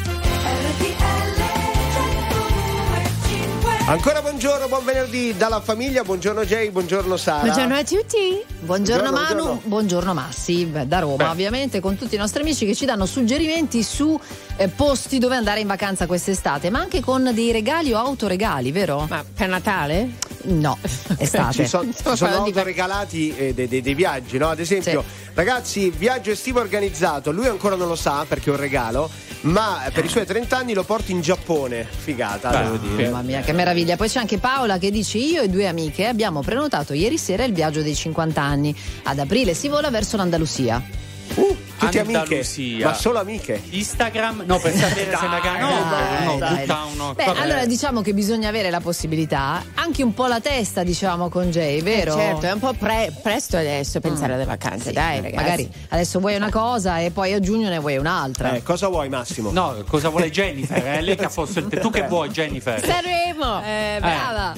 Ancora buongiorno, buon venerdì dalla famiglia, buongiorno Jay, buongiorno Sara. Buongiorno a tutti. Buongiorno, Buongiorno, Manu, buongiorno. buongiorno Massi, beh, da Roma Beh. ovviamente, con tutti i nostri amici che ci danno suggerimenti su eh, posti dove andare in vacanza quest'estate, ma anche con dei regali o autoregali, vero? Ma per Natale? No, estate. Ci son- ci sono parlando di- autoregalati eh, dei, dei- dei viaggi, no? Ad esempio, Sì. ragazzi, viaggio estivo organizzato, lui ancora non lo sa perché è un regalo, ma per i suoi trenta anni lo porto in Giappone. Figata, Beh, devo dire. Mamma mia, che meraviglia. Poi c'è anche Paola che dice: io e due amiche abbiamo prenotato ieri sera il viaggio dei cinquanta anni. Ad aprile si vola verso l'Andalusia. Uh, tutti Andalusia. amiche, ma solo amiche. Instagram, no, per sapere se magari no, dai, no, dai. tutta uno. Beh, vabbè. allora diciamo che bisogna avere la possibilità, anche un po' la testa, diciamo, con Jay, vero? Eh, certo, è un po' pre- presto adesso pensare alle vacanze, Sì, dai ragazzi. magari adesso vuoi una cosa e poi a giugno ne vuoi un'altra. Eh, cosa vuoi Massimo? No, cosa vuole Jennifer? È lei che ha posto il te. Tu che vuoi, Jennifer? Sanremo! Eh, brava.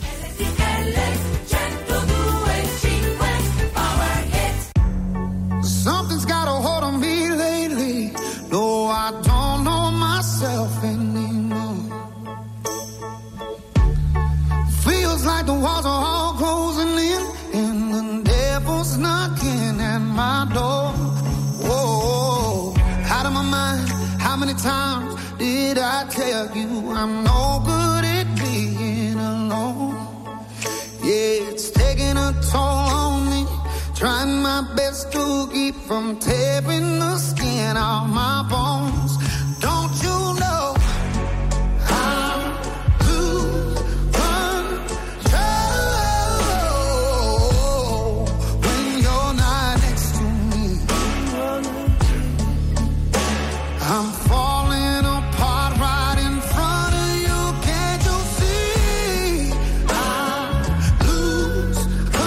Something's got a hold on me lately. No, I don't know myself anymore. Feels like the walls are all closing in, and the devil's knocking at my door. Whoa, out of my mind. How many times did I tell you I'm no good at being alone? Yeah, it's taking a toll on me. Trying my best to keep from tearing the skin off my bones. Don't you know I'm lose control when you're not next to me? I'm falling apart right in front of you. Can't you see? I lose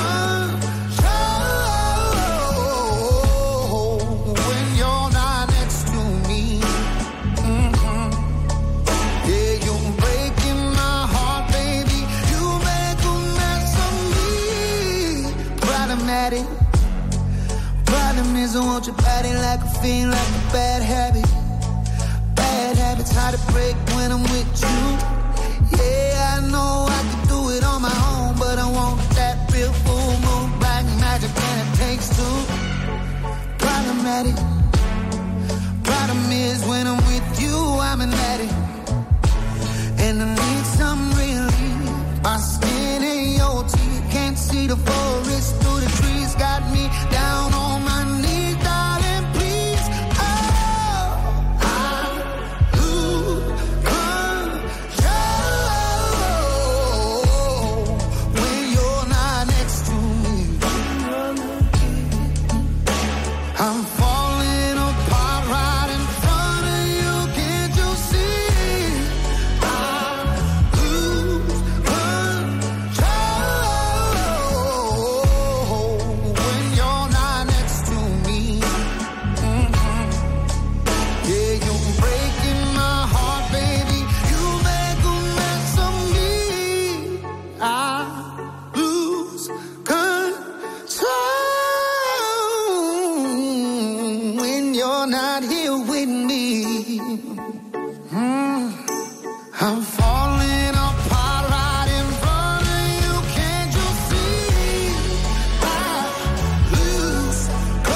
control when you're not next to me. Mhm. Yeah, you're breaking my heart, baby. You make a mess of me. Problematic. Problem is I want your body like a fiend, like a bad habit. Bad habits hard to break when I'm with you. Yeah, I know I can do it on my own, but I want that real full moon black magic, and it takes two. Problematic. Problem is when I'm with you, I'm an addict, and I need some really falling apart right in front of you. Can't you see? I lose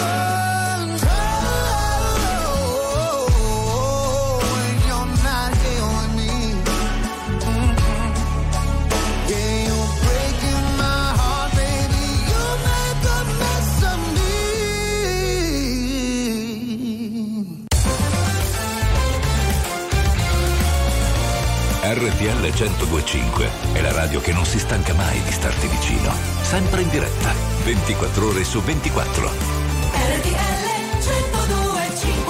control when you're not here with me. Mm-hmm. Yeah, you're breaking my heart, baby. You make a mess of me. R T L centodue e cinque è la radio che non si stanca mai di starti vicino. Sempre in diretta, ventiquattro ore su ventiquattro. R T L centodue e cinque.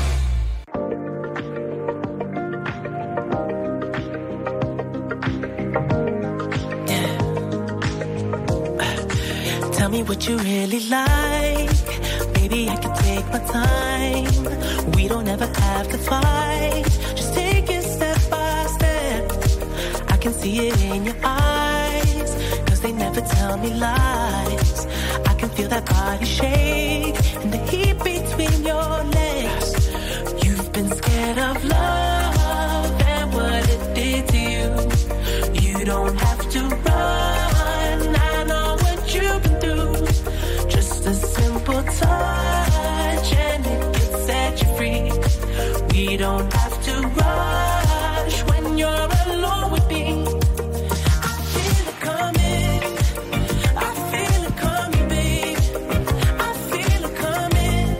Tell me what you really like. Baby, I can take my time. We don't ever have to fight. Just take it step by step. I can see it in your eyes. Cause they never tell me lies. I can feel that body shake and the heat between your legs. You've been scared of love and what it did to you. You don't have to run. I know what you've been through. Just a simple touch and it can set you free. We don't have to rush when you're alone with me. I feel it coming. I feel it coming, babe. I feel it coming.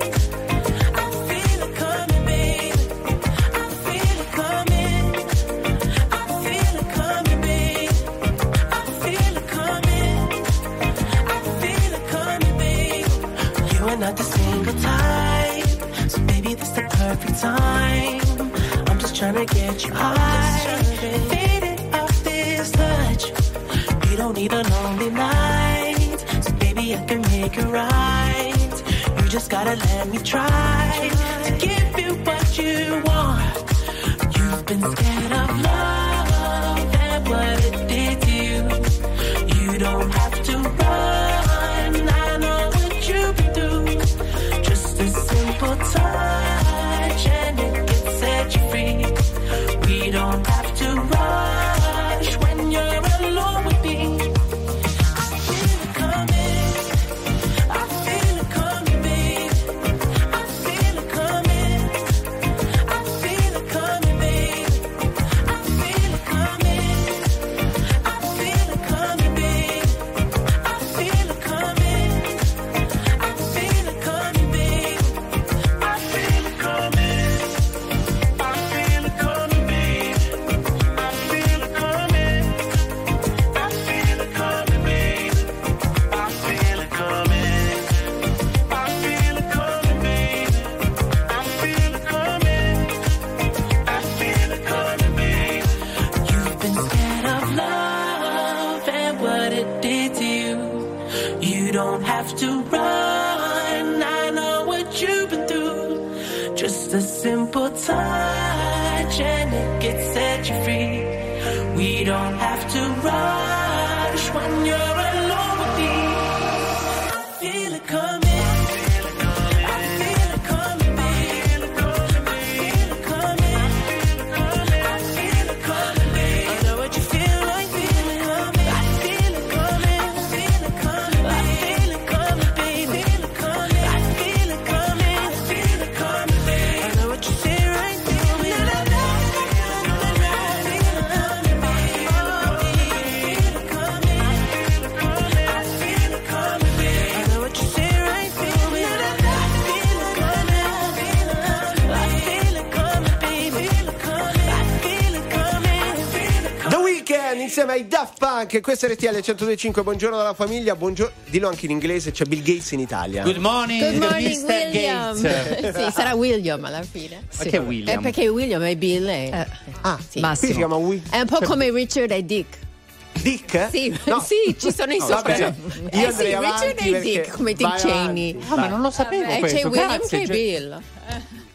I feel it coming, babe. I feel it coming. I feel it coming, babe. I feel it coming. I feel it coming, babe. You are not the single type, so baby, this the perfect time. I'm just trying to get you high, faded off this touch. We don't need a lonely night, so baby, I can make it right. You just gotta let me try to give you what you want. You've been scared of love and what it did to you. You don't have to run. I know what you've been through. Just a simple touch and it can set you free. We don't have to rush when you're alone with me. I feel it coming. I feel it coming, babe. I feel it coming. I feel it coming, babe. I feel it coming. I feel it coming, babe. I feel it coming. I feel it coming, babe. I feel it coming. I feel it coming, babe. I feel it coming. I feel it coming, babe. I feel it coming. I feel it coming, babe. I feel it coming. I feel it coming, babe. You've been scared of love and what it did to you. You don't have to run. I know what you've been through. Just a simple touch and it can set you free. We don't have to rush when you're alone with me. I feel it coming. I feel it coming, babe. I feel it coming. I feel it coming, babe. I know what you feel like, feel it coming. I feel it coming. I feel it coming, babe. I feel it coming, babe. I feel it coming. I feel it coming. I feel it coming, babe. I know what you feel right, feel me. I feel it coming, babe. I feel it coming. I feel it coming, babe. I know what you feel right, feel me. I feel it coming. I feel it coming, babe. I feel it coming. I feel it coming. I feel it The Weeknd insieme ai Daft Punk. Questa è R T L centodue e cinque. Buongiorno dalla famiglia. Buongiorno, dillo anche in inglese. C'è Bill Gates in Italia. Good morning, Good morning, mister William. Gates. Sì, sarà William alla fine. Perché William? Eh, perché William è Bill. E... Ah, sì. qui si chiama Will. È un po' come Richard e Dick. Dick? Sì, No. sì, ci sono i No, sopra. vabbè, Eh io sì, andrei avanti Richard e perché- Dick, come vai Dick Cheney. avanti. Ah, ma non lo sapevo E questo. c'è William Grazie, che è Ge- Bill.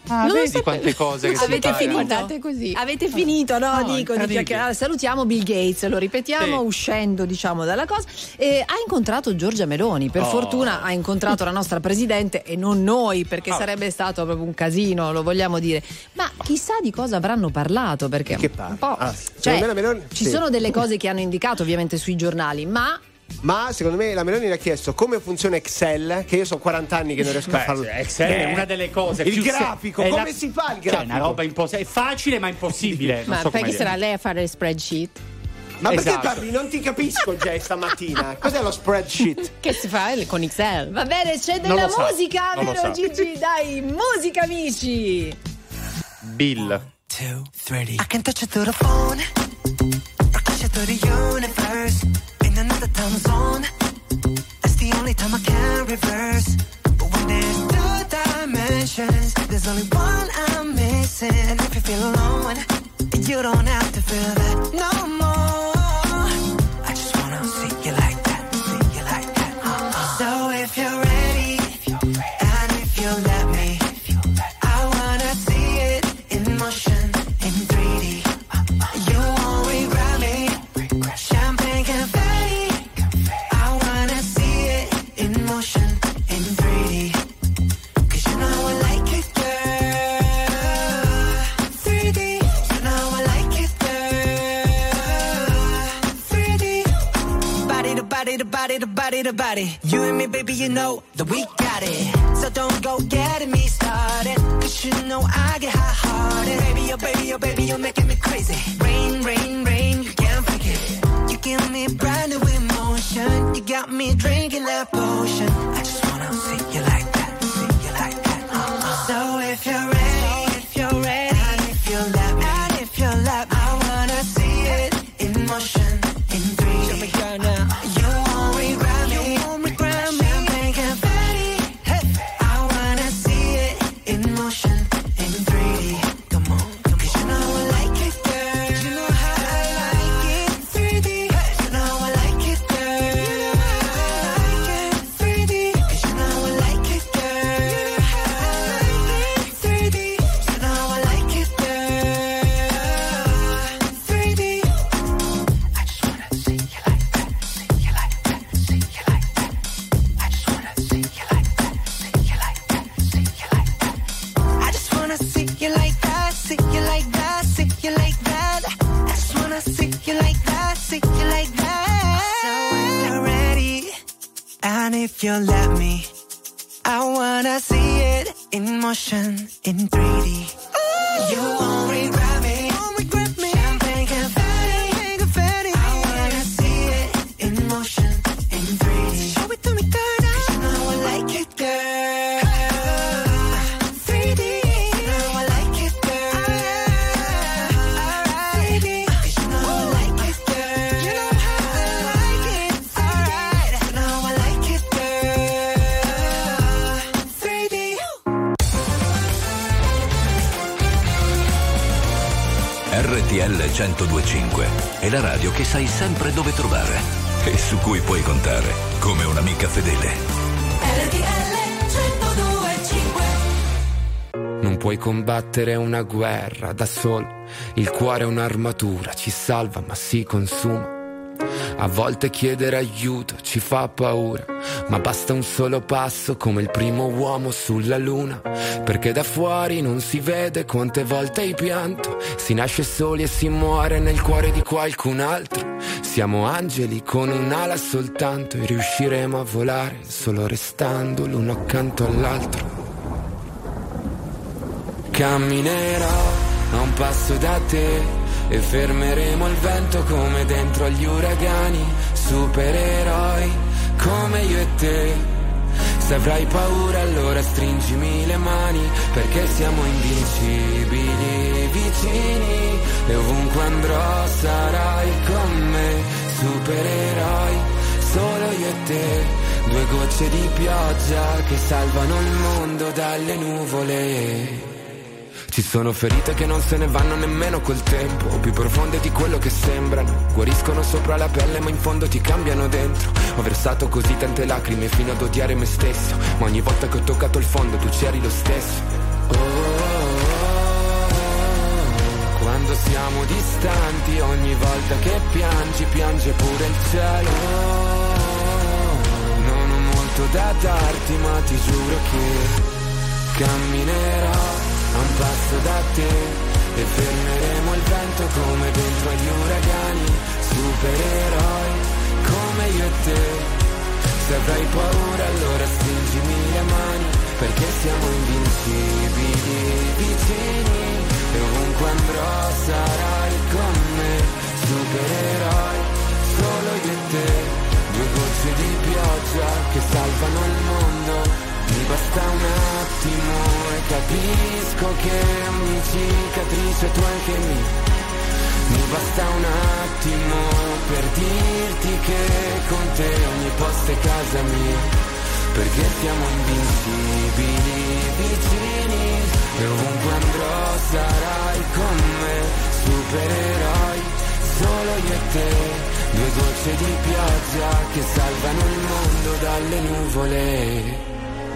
Ah, Non lo vedi sapevo. quante cose che si Avete imparano. finito? Guardate così. Avete finito, no? No, Dico di incredibile. chiacchierare. Salutiamo Bill Gates, lo ripetiamo, Sì. uscendo diciamo dalla cosa. E ha incontrato Giorgia Meloni, per Oh. fortuna ha incontrato la nostra presidente e non noi, perché Oh. sarebbe stato proprio un casino, lo vogliamo dire. Ma chissà di cosa avranno parlato, perché Che un parla? po'. Ah, cioè, secondo me la Meloni- ci sì. sono delle cose che hanno indicato ovviamente sui giornali, ma Ma secondo me la Meloni le ha chiesto come funziona Excel, che io sono quaranta anni che non riesco a Beh, farlo. Excel è Eh, una delle cose il più se- grafico, è come la- si fa il Cioè, grafico? è una roba impossibile, è facile ma impossibile. non Ma so come perché dire. sarà lei a fare le spreadsheet? Ma perché Esatto. parli? Non ti capisco già stamattina. Cos'è lo spreadsheet? Che si fa con Excel? va bene, c'è Non della lo sa, musica, non lo vero sa. Gigi? Dai, musica amici. Bill. Two, three. I can touch you through the phone, or touch you through the universe, in another time zone. That's the only time I can reverse. But when there's two dimensions, there's only one I'm missing. And if you feel alone, you don't have to feel that no more. I just wanna see you like that, see you like that. Uh-uh. So if you're ready, and if you let me, I wanna see it in motion, in three D. You won't regret me. Champagne confetti. I wanna see it in motion, in three D. Cause you know I like it, girl. three D. You know I like it, girl. three D. Body to body to body to body to body. You and me, baby, you know that we got it. So don't go getting me started. Cause you know I get hot-hearted. Baby, oh baby, oh baby, you're making me crazy. Rain, rain, rain, you can't fake it. You give me brand new emotion. You got me drinking that potion. I just wanna see you like that, see you like that. Uh-uh. So if you're ready, if you're ready, and if you let me, and if you let me, I wanna see it in motion, in three D. Show me girl now. You won't regret me. You won't regret me. Champagne confetti. Hey. I wanna see it in motion, in three D. Come on, cause you know I like it, girl. You know how I like it, three D. You know I like it, girl. You know how I like it, three D. Cause you know I like it, girl. You know how I like it, three D. You know I like it, girl. three D. I just wanna see you like that, see you like that, see you like that. I just wanna see you like that, see you like that, see you like that. I just wanna see you like that, see you like that, see you like that. I just wanna see you like that, see you like that. So if you're ready, and if you let me, I wanna see it in motion, in three D. You won't regret me. Won't regret me. Champagne confetti. confetti. I wanna see it in motion, in three D. Show it to me, girl. Cause you know I like it, girl. three D. You know I like it, girl. Alright. three D. Cause you know I like it, girl. You know how I like it. Alright. You know I like it, girl. three D. R T L centodue e cinque è la radio che sai sempre dove trovare e su cui puoi contare come un'amica fedele. R T L centodue e cinque. Non puoi combattere una guerra da solo, il cuore è un'armatura, ci salva ma si consuma. A volte chiedere aiuto ci fa paura, ma basta un solo passo come il primo uomo sulla luna, perché da fuori non si vede quante volte hai pianto, si nasce soli e si muore nel cuore di qualcun altro. Siamo angeli con un'ala soltanto e riusciremo a volare solo restando l'uno accanto all'altro. Camminerò a un passo da te e fermeremo il vento come dentro agli uragani. Supereroi come io e te. Se avrai paura allora stringimi le mani, perché siamo invincibili vicini e ovunque andrò sarai con me. Supereroi solo io e te, due gocce di pioggia che salvano il mondo dalle nuvole. Ci sono ferite che non se ne vanno nemmeno col tempo, più profonde di quello che sembrano. Guariscono sopra la pelle ma in fondo ti cambiano dentro. Ho versato così tante lacrime fino ad odiare me stesso, ma ogni volta che ho toccato il fondo tu c'eri lo stesso. Oh, quando siamo distanti, ogni volta che piangi, piange pure il cielo. Non ho molto da darti, ma ti giuro che camminerò a un passo da te e fermeremo il vento come dentro agli uragani. Supereroi come io e te. Se avrai paura allora stringimi le mani, perché siamo invincibili, vicini, e ovunque andrò sarai con me. Supereroi, solo io e te, due gocce di pioggia che salvano il mondo. Mi basta un attimo e capisco che ogni cicatrice tu anche mi. Mi basta un attimo per dirti che con te ogni posto è casa mia, perché siamo invincibili, vicini, e ovunque andrò sarai con me. Supereroi, solo io e te, due gocce di pioggia che salvano il mondo dalle nuvole.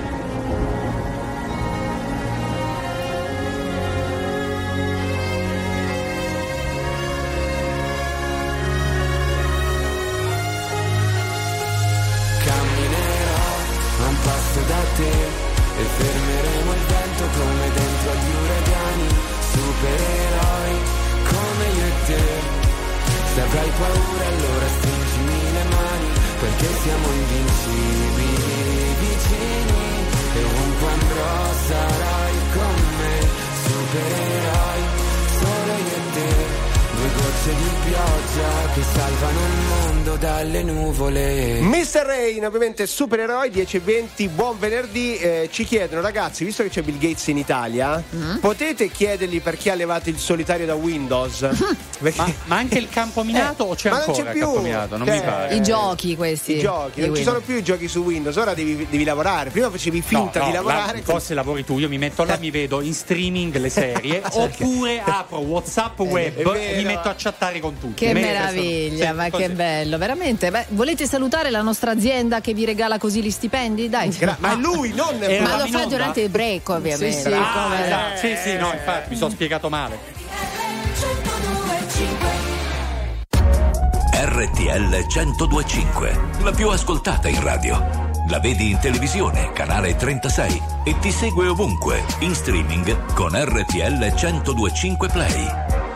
Da te e fermeremo il vento come dentro agli uragani. Supereroi come io e te. Se avrai paura allora stringimi le mani, perché siamo invincibili, vicini, e ovunque andrò sarai con me. Supereroi, solo io e te, due gocce di pioggia che salvano il mondo dalle nuvole. mister Rain, ovviamente Supereroi, dieci e venti, buon venerdì. Eh, ci chiedono, ragazzi, visto che c'è Bill Gates in Italia, mm. potete chiedergli perché ha levato il solitario da Windows? ma, ma anche il campo minato eh, o c'è ma ancora non c'è il più, campo minato? Non cioè, mi pare. I giochi questi. I giochi, non Windows. ci sono più i giochi su Windows, ora devi, devi lavorare. Prima facevi finta no, no, di lavorare. La, forse lavori tu, io mi metto là, mi vedo in streaming le serie, oppure apro WhatsApp web e mi metto a chattare con tutti. Che Mentre meraviglia, sono, ma sì, che così. bello, veramente. Beh, volete salutare la nostra azienda che vi regala così gli stipendi? Dai. Gra- ma lui non eh, ma lo fa durante il break, ovviamente. Sì, sì, ah, come... esatto. sì, sì, no, infatti mi sono spiegato male. R T L centodue e cinque, la più ascoltata in radio. La vedi in televisione, canale trentasei, e ti segue ovunque, in streaming con R T L centodue e cinque Play.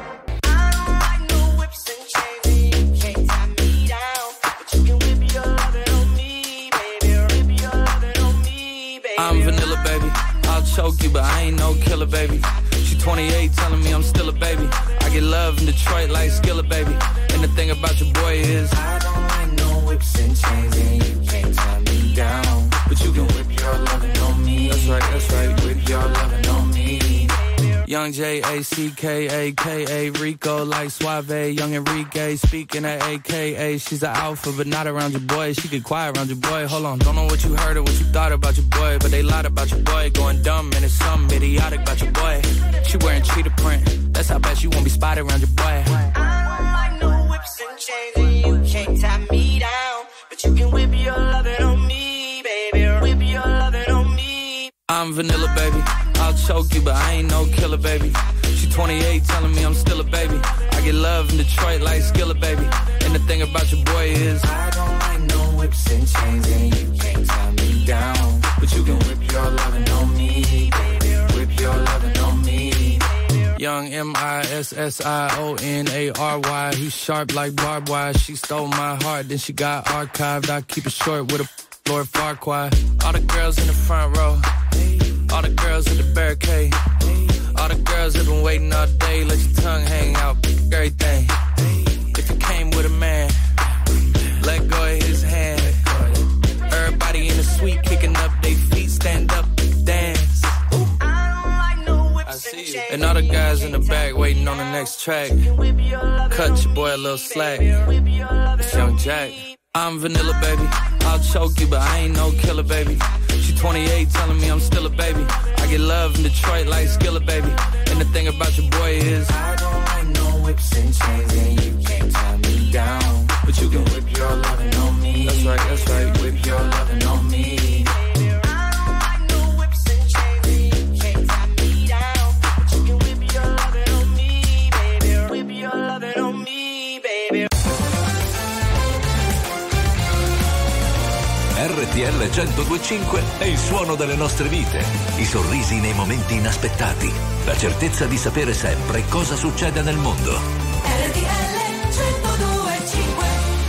I'm vanilla, baby. I'll choke you, but I ain't no killer, baby. She twenty-eight, telling me I'm still a baby. I get love in Detroit like Skillet, baby. And the thing about your boy is I don't like no whips and chains, and you can't tie me down. But you can whip your lovin' on me. That's right, that's right. Whip your lovin' on me. Young J A C K A K A Rico like Suave. Young Enrique speaking at A K A. She's an alpha, but not around your boy. She get quiet around your boy. Hold on, don't know what you heard or what you thought about your boy, but they lied about your boy. Going dumb and it's something idiotic about your boy. She wearing cheetah print. That's how bad she won't be spotted around your boy. I don't like no whips and chains, and you can't tie me down. But you can whip your lovin' on me, baby. Whip your lovin' on me. I'm vanilla, baby. I'll choke you, but I ain't no killer, baby. She twenty-eight, telling me I'm still a baby. I get love in Detroit like Skillet, baby. And the thing about your boy is I don't like no whips and chains, and you can't tie me down. But you can whip your lovin' on me, baby. Whip your lovin' on me. Young M I S S I O N A R Y. He's sharp like barbed wire. She stole my heart, then she got archived. I keep it short with a Lord Farquaad. All the girls in the front row. All the girls at the barricade. All the girls have been waiting all day. Let your tongue hang out, everything. If you came with a man, let go of his hand. Everybody in the suite kicking up their feet, stand up, dance. I see you. And all the guys in the back waiting on the next track. Cut your boy a little slack. It's Young Jack. I'm vanilla, baby. I'll choke you, but I ain't no killer, baby. She twenty-eight, telling me I'm still a baby. I get love in Detroit like Skillet, baby. And the thing about your boy is I don't like no whips and chains, and you can't tie me down. But you can whip your lovin' on me. That's right, that's right. Whip your lovin' on me. R T L centodue e cinque è il suono delle nostre vite, i sorrisi nei momenti inaspettati, la certezza di sapere sempre cosa succede nel mondo. R T L centodue e cinque.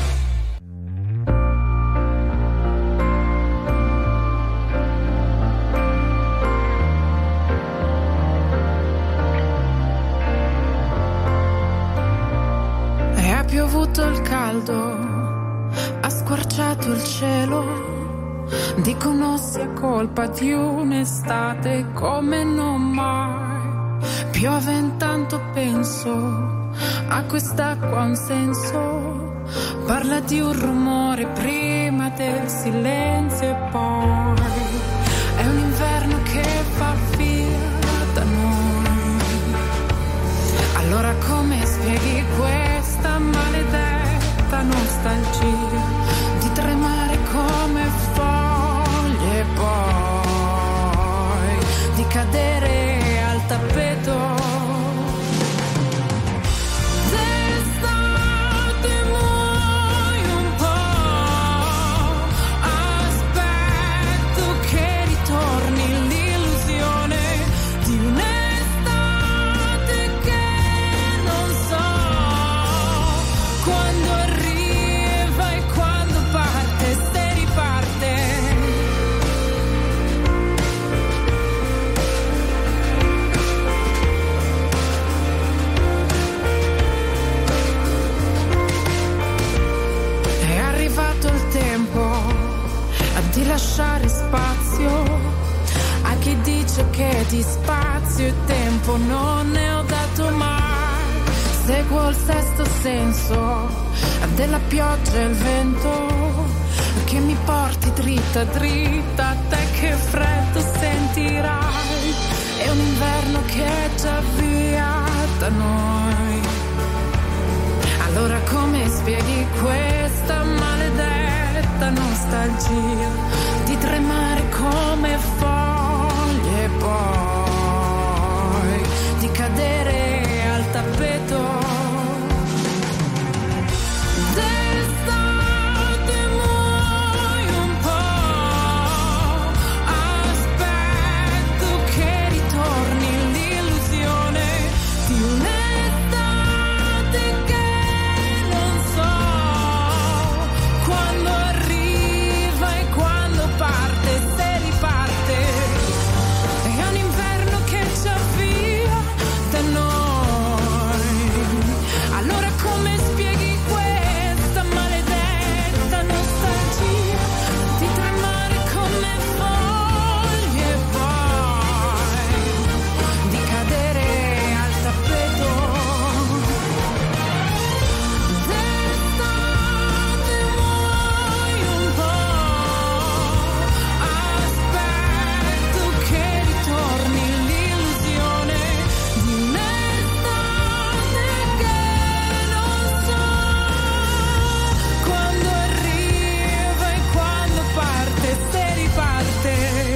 E ha piovuto il caldo, ha squarciato il cielo. Dicono sia colpa di un'estate come non mai. Piove intanto penso a quest'acqua un senso. Parla di un rumore prima del silenzio e poi è un inverno che va via da noi. Allora come spieghi questa maledetta nostalgia di tremare come foglie e poi di cadere al tappeto? D'estate muoio un po', aspetto che ritorni l'illusione di un'estate che non so quando arriva e quando parte, se riparte. È arrivato il tempo di lasciare spazio a chi dice che di spazio e tempo non ne ho dato mai. Seguo il sesto senso della pioggia e il vento che mi porti dritta dritta a te, che freddo sentirai. È un inverno che è già via da noi. Allora come spieghi questa maledetta nostalgia di tremare come foglie e poi di cadere al tappeto? D'estate muoio un po', aspetto che ritorni l'illusione di un'estate che non so quando arriva e quando parte, se riparte. È un inverno che già via da noi. Allora come spieghi questa maledetta nostalgia di tremare come foglie e poi di cadere al tappeto? D'estate muoio un po', aspetto che ritorni l'illusione di un'estate che non so quando arriva e quando parte, se riparte.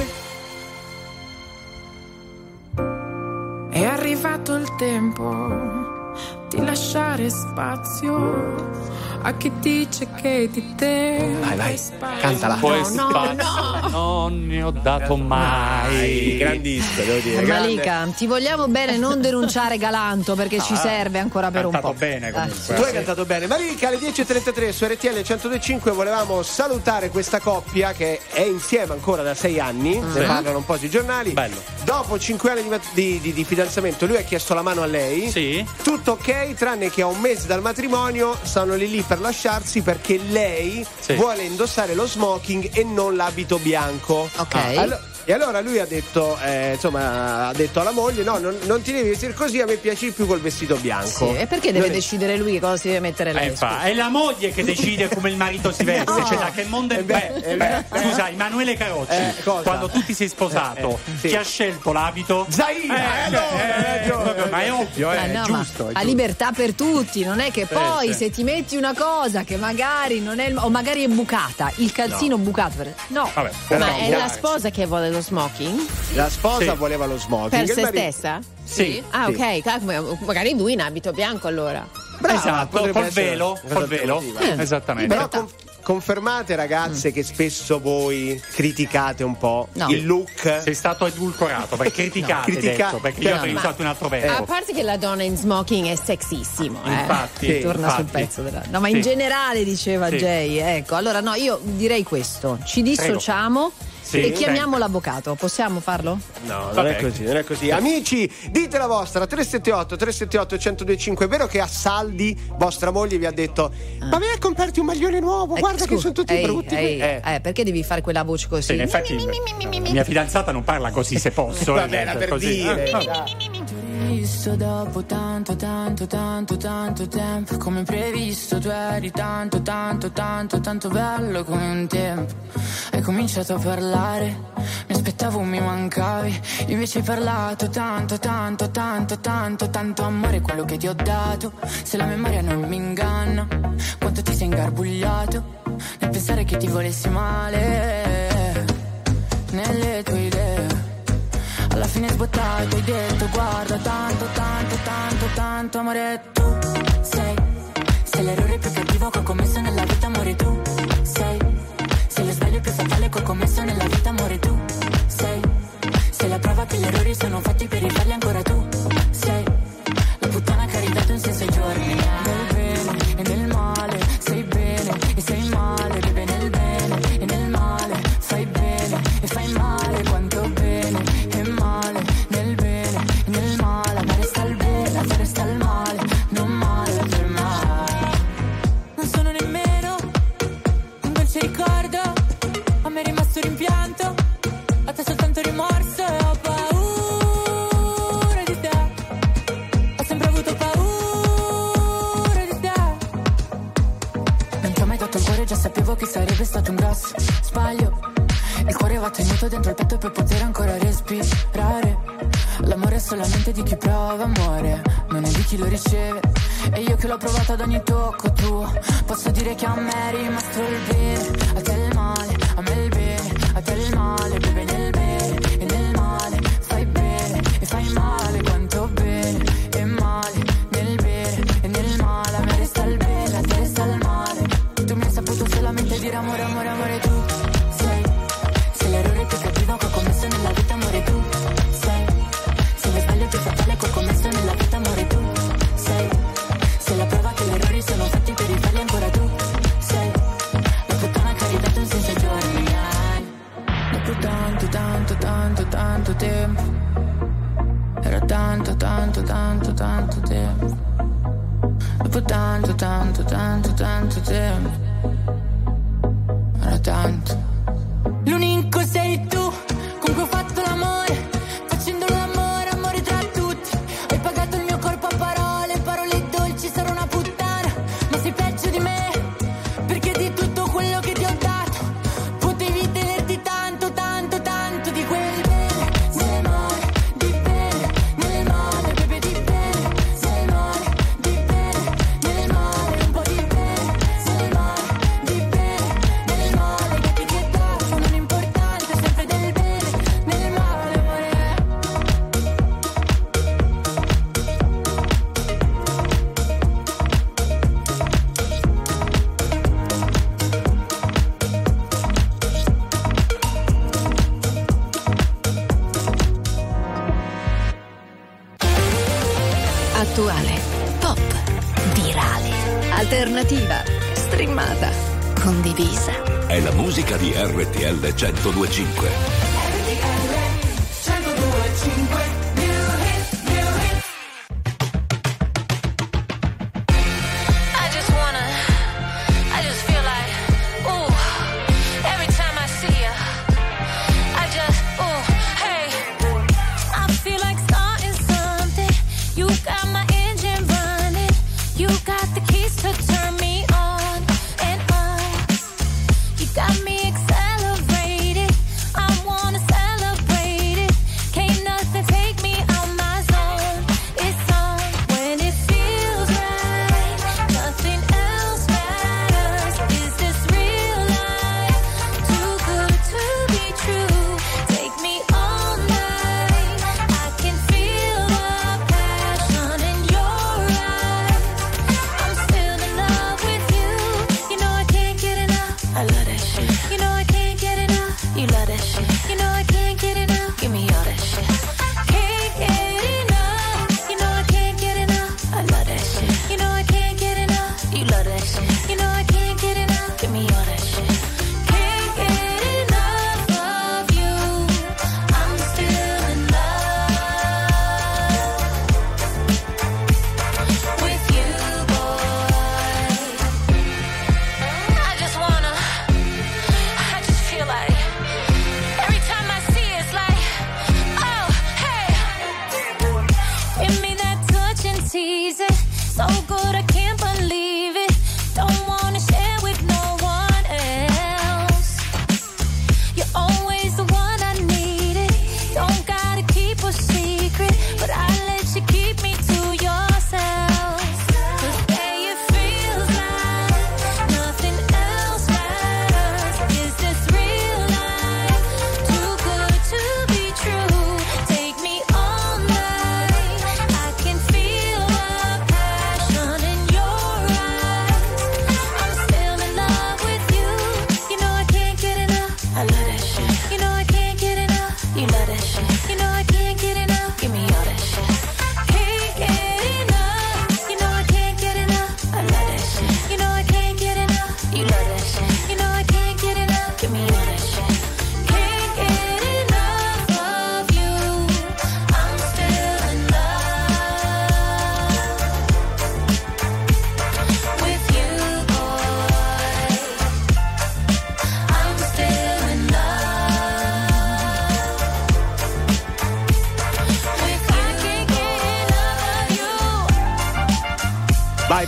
È arrivato il tempo di lasciare spazio a chi dice che di te Vai, vai, spazio. cantala. Poi No, no, spazio non ne ho dato mai. Gran disco, devo dire. Malika, ti vogliamo bene, non denunciare Galanto perché ci serve ancora per un po'. Cantato bene comunque. Tu hai cantato bene. Malika, alle dieci e trentatré su R T L centodue e cinque volevamo salutare questa coppia che è insieme ancora da sei anni, ne parlano un po' sui giornali. Bello. Dopo cinque anni di, mat- di, di, di fidanzamento lui ha chiesto la mano a lei. Sì. Tutto ok, tranne che a un mese dal matrimonio stanno lì lì per lasciarsi perché lei Sì. vuole indossare lo smoking e non l'abito bianco. Ok. Allo- E allora lui ha detto, eh, insomma, ha detto alla moglie: no, non, non ti devi vestire così, a me piaci di più col vestito bianco. Sì, e perché deve Non è- decidere lui cosa si deve mettere Eh, lei? infa- è la moglie che decide come il marito si veste. No. Cioè, da che mondo è Eh beh, beh, eh beh. beh, scusa, Emanuele Carocci, Eh, cosa? quando tu ti sei sposato, Eh, eh, sì. chi ha scelto l'abito? Zaia, Eh, eh, no, hai ragione. proprio, ma è ovvio, Ah, è no, giusto. ma è la giusto. libertà per tutti, non è che Sì, poi sì. se ti metti una cosa che magari non è il- o magari è bucata, il calzino bucato, per- no. Vabbè, Ma però, è dai. la sposa che vuole lo smoking? La sposa Sì. voleva lo smoking. Per il se marito- stessa? Sì. Ah, Sì. ok. Calma, magari lui in abito bianco allora. Brava, Esatto, potrebbe col essere velo, una col velo. alternativa. Esattamente. Però con- confermate ragazze mm. che spesso voi criticate un po' no. il look? Sei stato edulcorato, perché criticate no. Critica- detto, perché io avrei usato un altro verbo. A parte che la donna in smoking è sexissimo, eh. Infatti, sì, torna infatti. sul pezzo della... No, ma in sì. generale diceva sì. Jay, ecco. Allora no, io direi questo, ci dissociamo sì, e chiamiamo sempre. l'avvocato. Possiamo farlo? No, non Vabbè. è così, non è così. Amici, dite la vostra tre sette otto tre sette otto uno zero due cinque. È vero che a Saldi vostra moglie vi ha detto ah. ma vai a comprarti un maglione nuovo, Eh, guarda scusa, che sono tutti ehi, brutti. ehi, eh. eh, perché devi fare quella voce così? Sì, in effetti mi, mi, mi, mia fidanzata non parla così, se posso. Vabbè, era per così. dire. Ah, Visto dopo tanto, tanto, tanto, tanto tempo, come previsto tu eri tanto, tanto, tanto, tanto bello come un tempo. Hai cominciato a parlare, mi aspettavo mi mancavi, invece hai parlato tanto, tanto, tanto, tanto, tanto amore quello che ti ho dato. Se la memoria non mi inganna, quanto ti sei ingarbugliato nel pensare che ti volessi male nelle tue idee. Alla fine sbottato hai detto guarda tanto, tanto, tanto, tanto amore tu sei, sei l'errore più cattivo che ho commesso nella vita amore tu sei, sei lo sbaglio più fatale che ho commesso nella vita amore tu sei, sei la prova che gli errori sono fatti per rifarli ancora tu sei, la puttana che ha ridato un senso ai giorni nel bene e nel male, sei bene e sei male, beve nel bene e nel male, fai bene e fai male, quanto bene e male, nel bene e nel male, amare sta al bene, amare sta al male, non male per mai. Non sono nemmeno un dolce ricordo, a me è rimasto rimpianto, a te soltanto rimorso e ho paura di te, ho sempre avuto paura di te. Non ti ho mai dato il cuore, già sapevo che sarebbe stato un grosso sbaglio. Il cuore va tenuto dentro il petto per poter ancora respirare. L'amore è solamente di chi prova amore, non è di chi lo riceve. E io che l'ho provato ad ogni tocco tuo, posso dire che a me è rimasto il bene, a te il male, a me il bene, a te il male, beve nel bene e nel male, fai bene e fai male, quanto bene e male, nel bene e nel male, a me resta il bene, a te resta il male. Tu mi hai saputo solamente dire amore, amore, amore tu sei, sei l'errore più cattivo che ho commesso nella vita amore tu sei, sei lo sbaglio più fatale che ho commesso nella vita amore tu sei, sei la prova che gli errori sono fatti per rifarli ancora tu sei, la puttana che ha ridato un senso ai giorni ai. Dopo tanto, tanto, tanto, tanto tempo, era tanto, tanto, tanto, tanto tempo. Dopo tanto, tanto, tanto, tanto tempo, era tanto. L'unico sei tu, con cui ho fatto l'amore, facendo l'amore, amore tra tutti. Hai pagato il mio corpo a parole, parole dolci, sarò una puttana, ma sei peggio di me, perché di tutto quello che ti ho dato, potevi tenerti tanto, tanto, tanto di quel bene, nel male, di bene, nel male, bebe di bene, nel male, di bene, nel male, un po' di bene, nel male, di bene, nel male, che ti chiedo, non importante, sempre del bene, nel male, amore. Attuale, pop, virale, alternativa, streamata, condivisa. È la musica di R T L centodue e cinque. I just wanna, I just feel like, ooh, every time I see you, I just, ooh, hey, I feel like starting something. You got my engine running, you got the keys to turn me on and on. You got me accelerated, I wanna celebrate it. Can't nothing take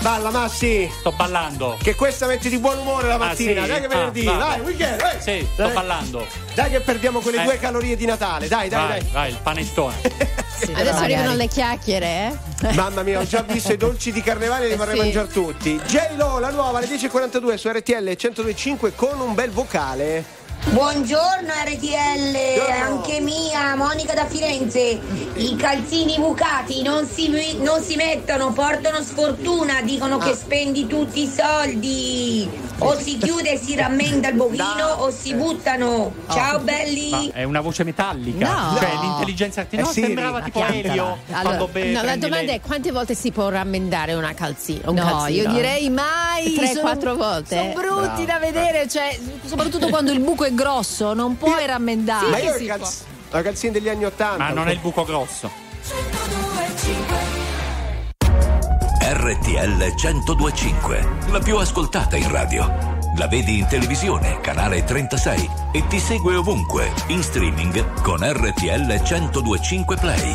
balla Massi. Sto ballando. Che questa metti di buon umore la mattina. Ah, sì? Dai che venerdì, Ah, vai, weekend, vai. Sì, sto Dai. ballando. Dai che perdiamo quelle Eh. due calorie di Natale. Dai, dai, Vai, dai. vai, il panettone. Adesso arrivano le chiacchiere, eh? Mamma mia, ho già visto i dolci di carnevale e li Eh, vorrei sì. mangiare tutti. J-Lo, la nuova, alle dieci e quarantadue su R T L centodue e cinque con un bel vocale. Buongiorno R T L, anche mia, Monica da Firenze. I calzini bucati non si, non si mettono, portano sfortuna, dicono che spendi tutti i soldi. O si chiude e si rammenda il bovino o si buttano. Ciao belli. Ma è una voce metallica. No. Cioè l'intelligenza artificiale. Eh, No, sì, sembrava ma tipo piantala. Elio Allora, quando be- no, la prendi domanda le- è quante volte si può rammendare una calzina? Un No, calzino? io direi mai. Tre, sono- quattro volte? Sono brutti Bravo. da vedere, cioè, soprattutto quando il buco è grosso, non puoi rammendare. Ma io Sì, il si calz- la calzina degli anni ottanta. Ma non è il buco grosso. R T L centodue e cinque, la più ascoltata in radio. La vedi in televisione, canale trentasei, e ti segue ovunque, in streaming con R T L centodue e cinque Play.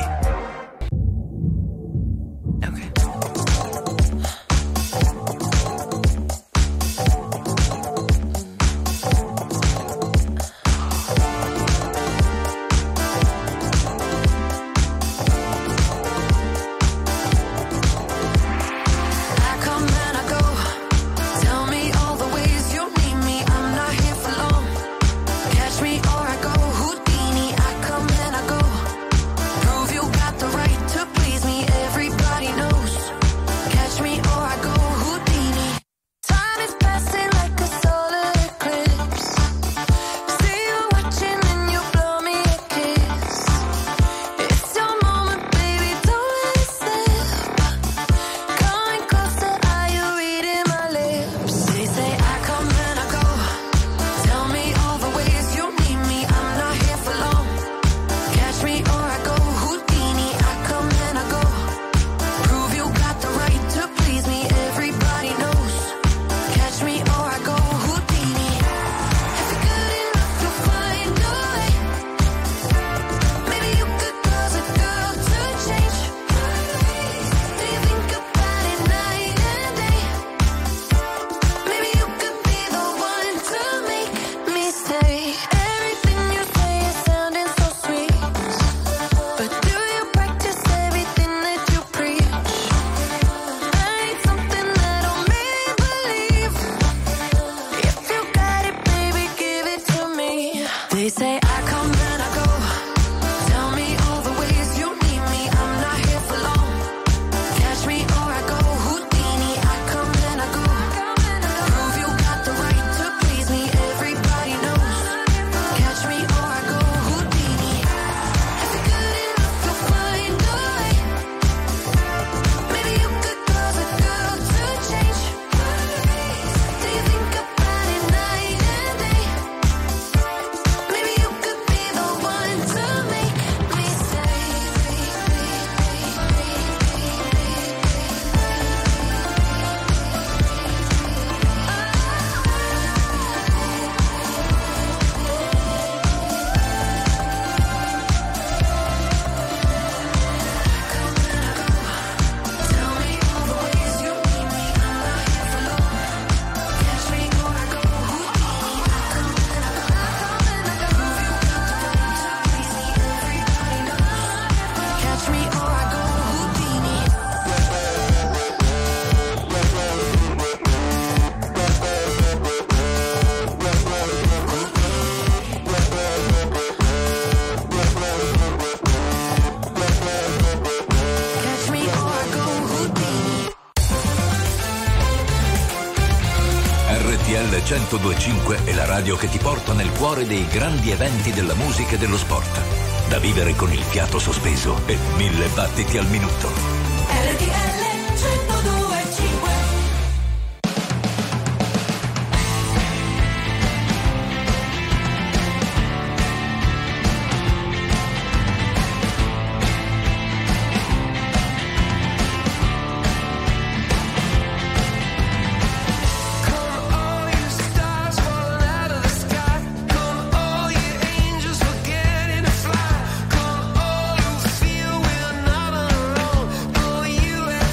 I come and I go. Tell me all the ways you need me. I'm not here for long. Catch me or I go Houdini. I come and I go. Prove you got the right to please me. Everybody knows. Catch me or I go Houdini. Time is passing like a solar eclipse. See you watching and you blow me a kiss. It's your moment, baby. Don't let it slip. Coming closer, are you reading my lips? They say I come and I go. Tell me all the ways you need me. I'm not here for long. Catch me or I go Houdini. I come and I go. Prove you got the right to please me. Everybody knows. Catch me or I go Houdini. If you're good enough, you'll find a way. Maybe you could cause a girl to change. Do you think about it night and day? Maybe you could be the one to make me stay. Everything you say is sounding so sweet, but do you practice everything that you preach? I ain't something that'll make believe. If you got it, baby, give it to me. They say I come and I go. Tell me all the ways you need me. I'm not here for long. Catch me or I go Houdini. I come and I go. Prove you got the right to please me. Everybody knows. Catch me or I go Houdini. If you're good enough, you'll find a way. Maybe you could cause a girl to change. Do you think about it night and day? Maybe you could be the one to make me stay. Tell me all the ways you need me. I'm not here for long. Catch me or I go Houdini. I come and I go. Prove you got the right to please me. Everybody knows. Catch me or I go Houdini. Catch me or I go Houdini. R T L centodue e cinque è la radio che ti porta nel cuore dei grandi eventi della musica e dello sport. Da vivere con il fiato sospeso e mille battiti al minuto. R T L centodue e cinque. Come all you stars falling out of the sky. Come all you angels forgetting to fly. Come all who feel we're not alone. Oh, you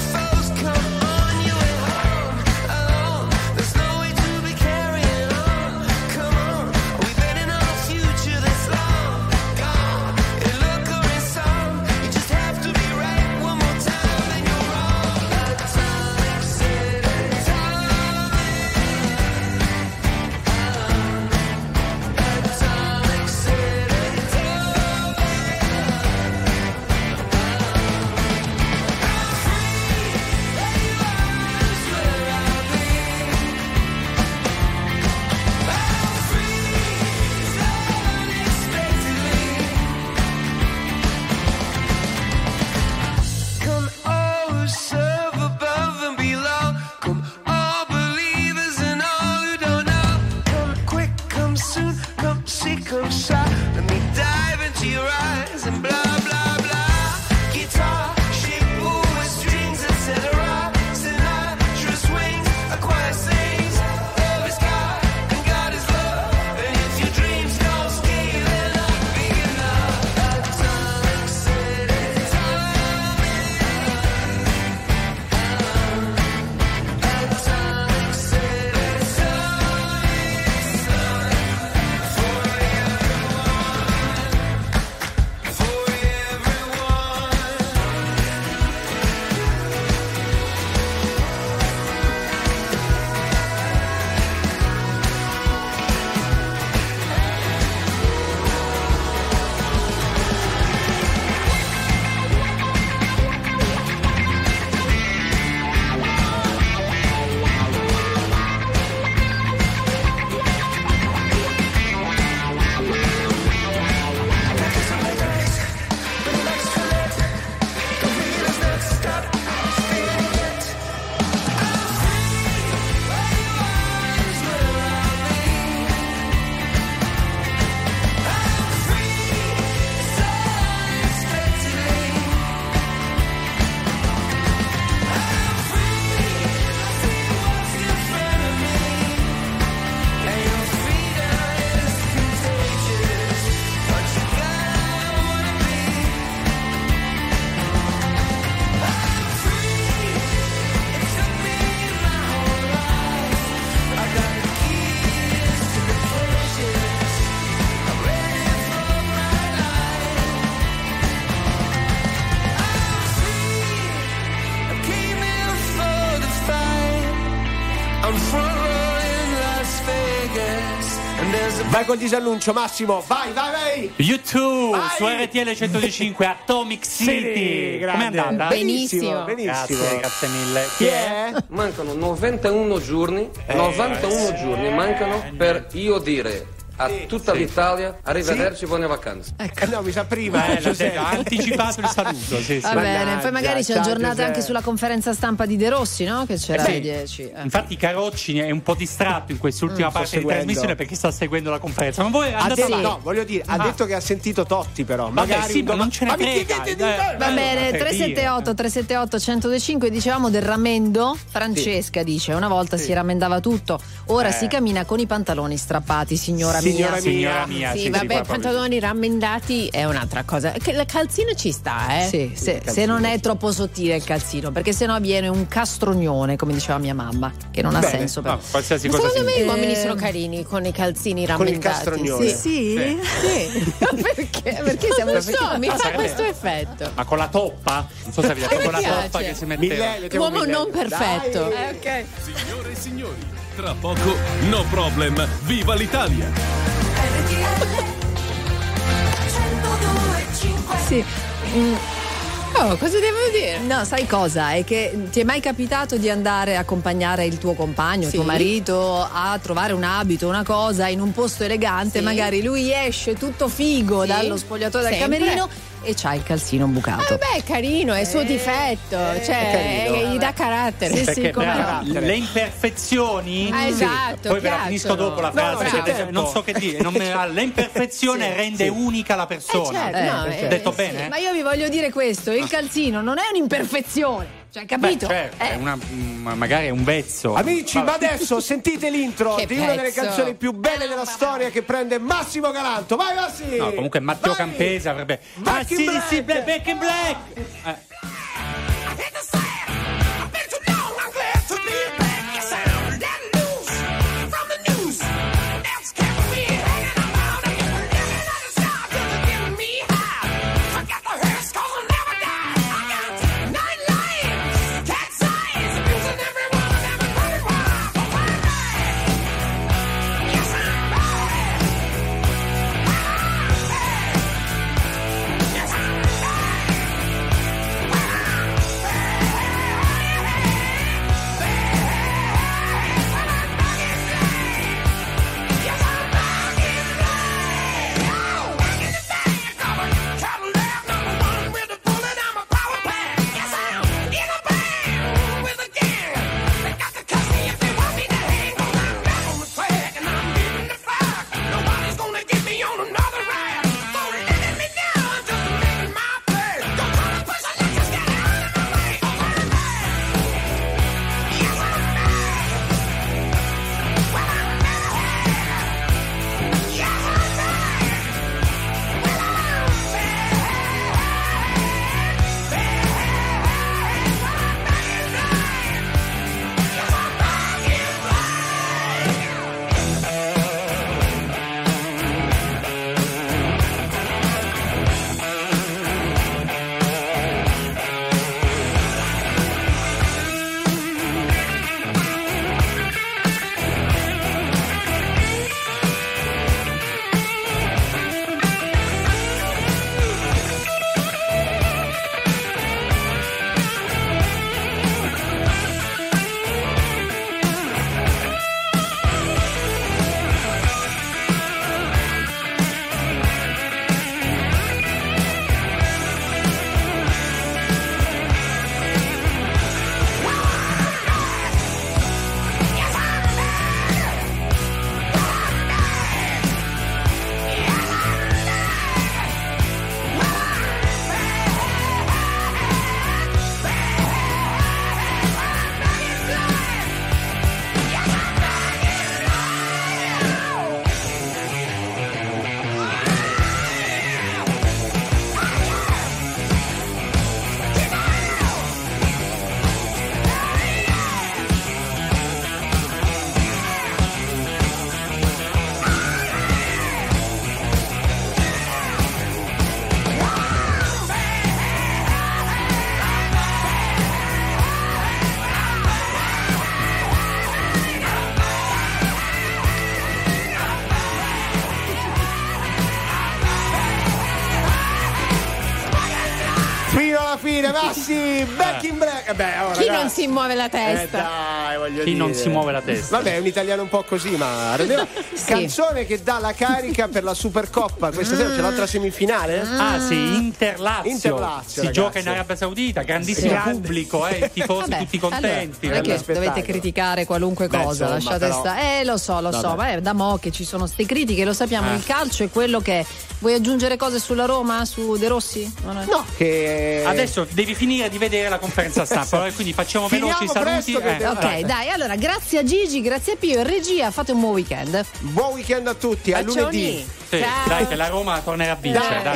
I'm front row in Las Vegas. And there's a Vai col disannuncio, Massimo. Vai, vai, vai. U due Vai. su R T L centodue e cinque Atomic City. Sì, Com'è grande. andata? Benissimo. Benissimo. Grazie, grazie mille. Chi è? Mancano novantuno giorni, Eh, novantuno sì. giorni mancano per io dire a tutta sì. l'Italia arrivederci, buone vacanze. Eh, no, mi sa prima. Eh, l'ha Giuseppe. detto, ha anticipato il saluto. Sì, sì. Va bene, Mannaggia, poi magari ci ciao, aggiornate Giuseppe. anche sulla conferenza stampa di De Rossi, no? Che c'era Eh, sì. alle dieci. Eh. Infatti Carocci è un po' distratto in quest'ultima Mm, sto parte di seguendo. trasmissione perché sta seguendo la conferenza. Ma voi Ha andate detto, avanti. no, voglio dire, ha Ah. detto che ha sentito Totti, però. Vabbè, Magari sì, un ma doma- non ce ne Ma mi frega. chiedete di- Eh, Va eh, bene, per tre sette otto tre sette otto uno zero due cinque, dicevamo del rammendo. Francesca dice: una volta si rammendava tutto, ora Eh. si cammina con i pantaloni strappati, signora, Signora mia. Signora mia, Sì, sì, sì, vabbè, proprio. pantaloni rammendati è un'altra cosa. Che la calzina ci sta, eh? Sì, sì, se non è troppo sottile il calzino, perché sennò viene un castrognone, come diceva mia mamma, che non ha Bene. senso. Per... No, qualsiasi Ma cosa secondo me si gli uomini Eh, sono carini con i calzini Con il rammendati. castronione. Sì, sì. Sì. Perché? Perché siamo Perché- so, mi fa Sarebbe- questo effetto. Ma con la toppa? Non so se avete A detto me con la piace. toppa che si metteva. Millennio, siamo Uomo non millennio. perfetto. Dai. Eh, ok. Signore e signori, tra poco No Problem, viva l'Italia! Sì. Mm. Oh, cosa devo dire? No, sai cosa? È che ti è mai capitato di andare a accompagnare il tuo compagno, Sì. tuo marito, a trovare un abito, una cosa in un posto elegante? Sì. Magari lui esce tutto figo Sì. dallo spogliatoio del Sempre. camerino e c'ha il calzino bucato. Eh beh, è carino, è il suo Eh, difetto, eh, cioè è carino. eh, gli dà carattere. Sì, Perché sì, come brava, no. le imperfezioni Ah, esatto, poi ve la piacciono. finisco dopo la No, frase no, perché c'è adesso tempo. non so che dire non me- ah, l'imperfezione Sì, rende sì. unica la persona. Eh, certo, Eh, no, perché- eh, detto sì. bene? Ma io vi voglio dire questo, il calzino non è un'imperfezione, cioè capito? Beh, certo, Eh. è una, mm, magari è un vezzo. Amici, ma adesso sentite l'intro Che di una delle pezzo. canzoni più belle della storia che prende Massimo Galanto. Vai, Massi! No, comunque Matteo Vai! Campese avrebbe Back ah in sì Black! sì Black, Back in Black Eh, dire Massi, Back in Black. Eh beh, ora, Chi dai. non si muove la testa? Eh dai, voglio Chi dire. non si muove la testa. Vabbè, è un italiano un po' così, ma rendeva... Sì. Canzone che dà la carica per la Supercoppa. Questa sera c'è l'altra semifinale. Ah sì, Inter-Lazio. Inter-Lazio, si ragazzi. gioca in Arabia Saudita, grandissimo Sì. pubblico, eh, i tifosi Vabbè, tutti contenti. Allora, non è che spettacolo. dovete criticare qualunque Beh, cosa, insomma, lasciate però- stare. Eh, lo so, lo so, Vabbè. ma è da mo' che ci sono ste critiche, lo sappiamo, Eh. il calcio è quello che è. Vuoi aggiungere cose sulla Roma, su De Rossi? No, che Adesso devi finire di vedere la conferenza stampa, quindi facciamo Finiamo veloci i saluti. presto che eh. devo- Ok, dai, allora grazie a Gigi, grazie a Pio e regia, fate un buon weekend. buon weekend a tutti, a Bacioni. lunedì. Sì, Ciao. dai che la Roma tornerà a vincere. Dai. dai.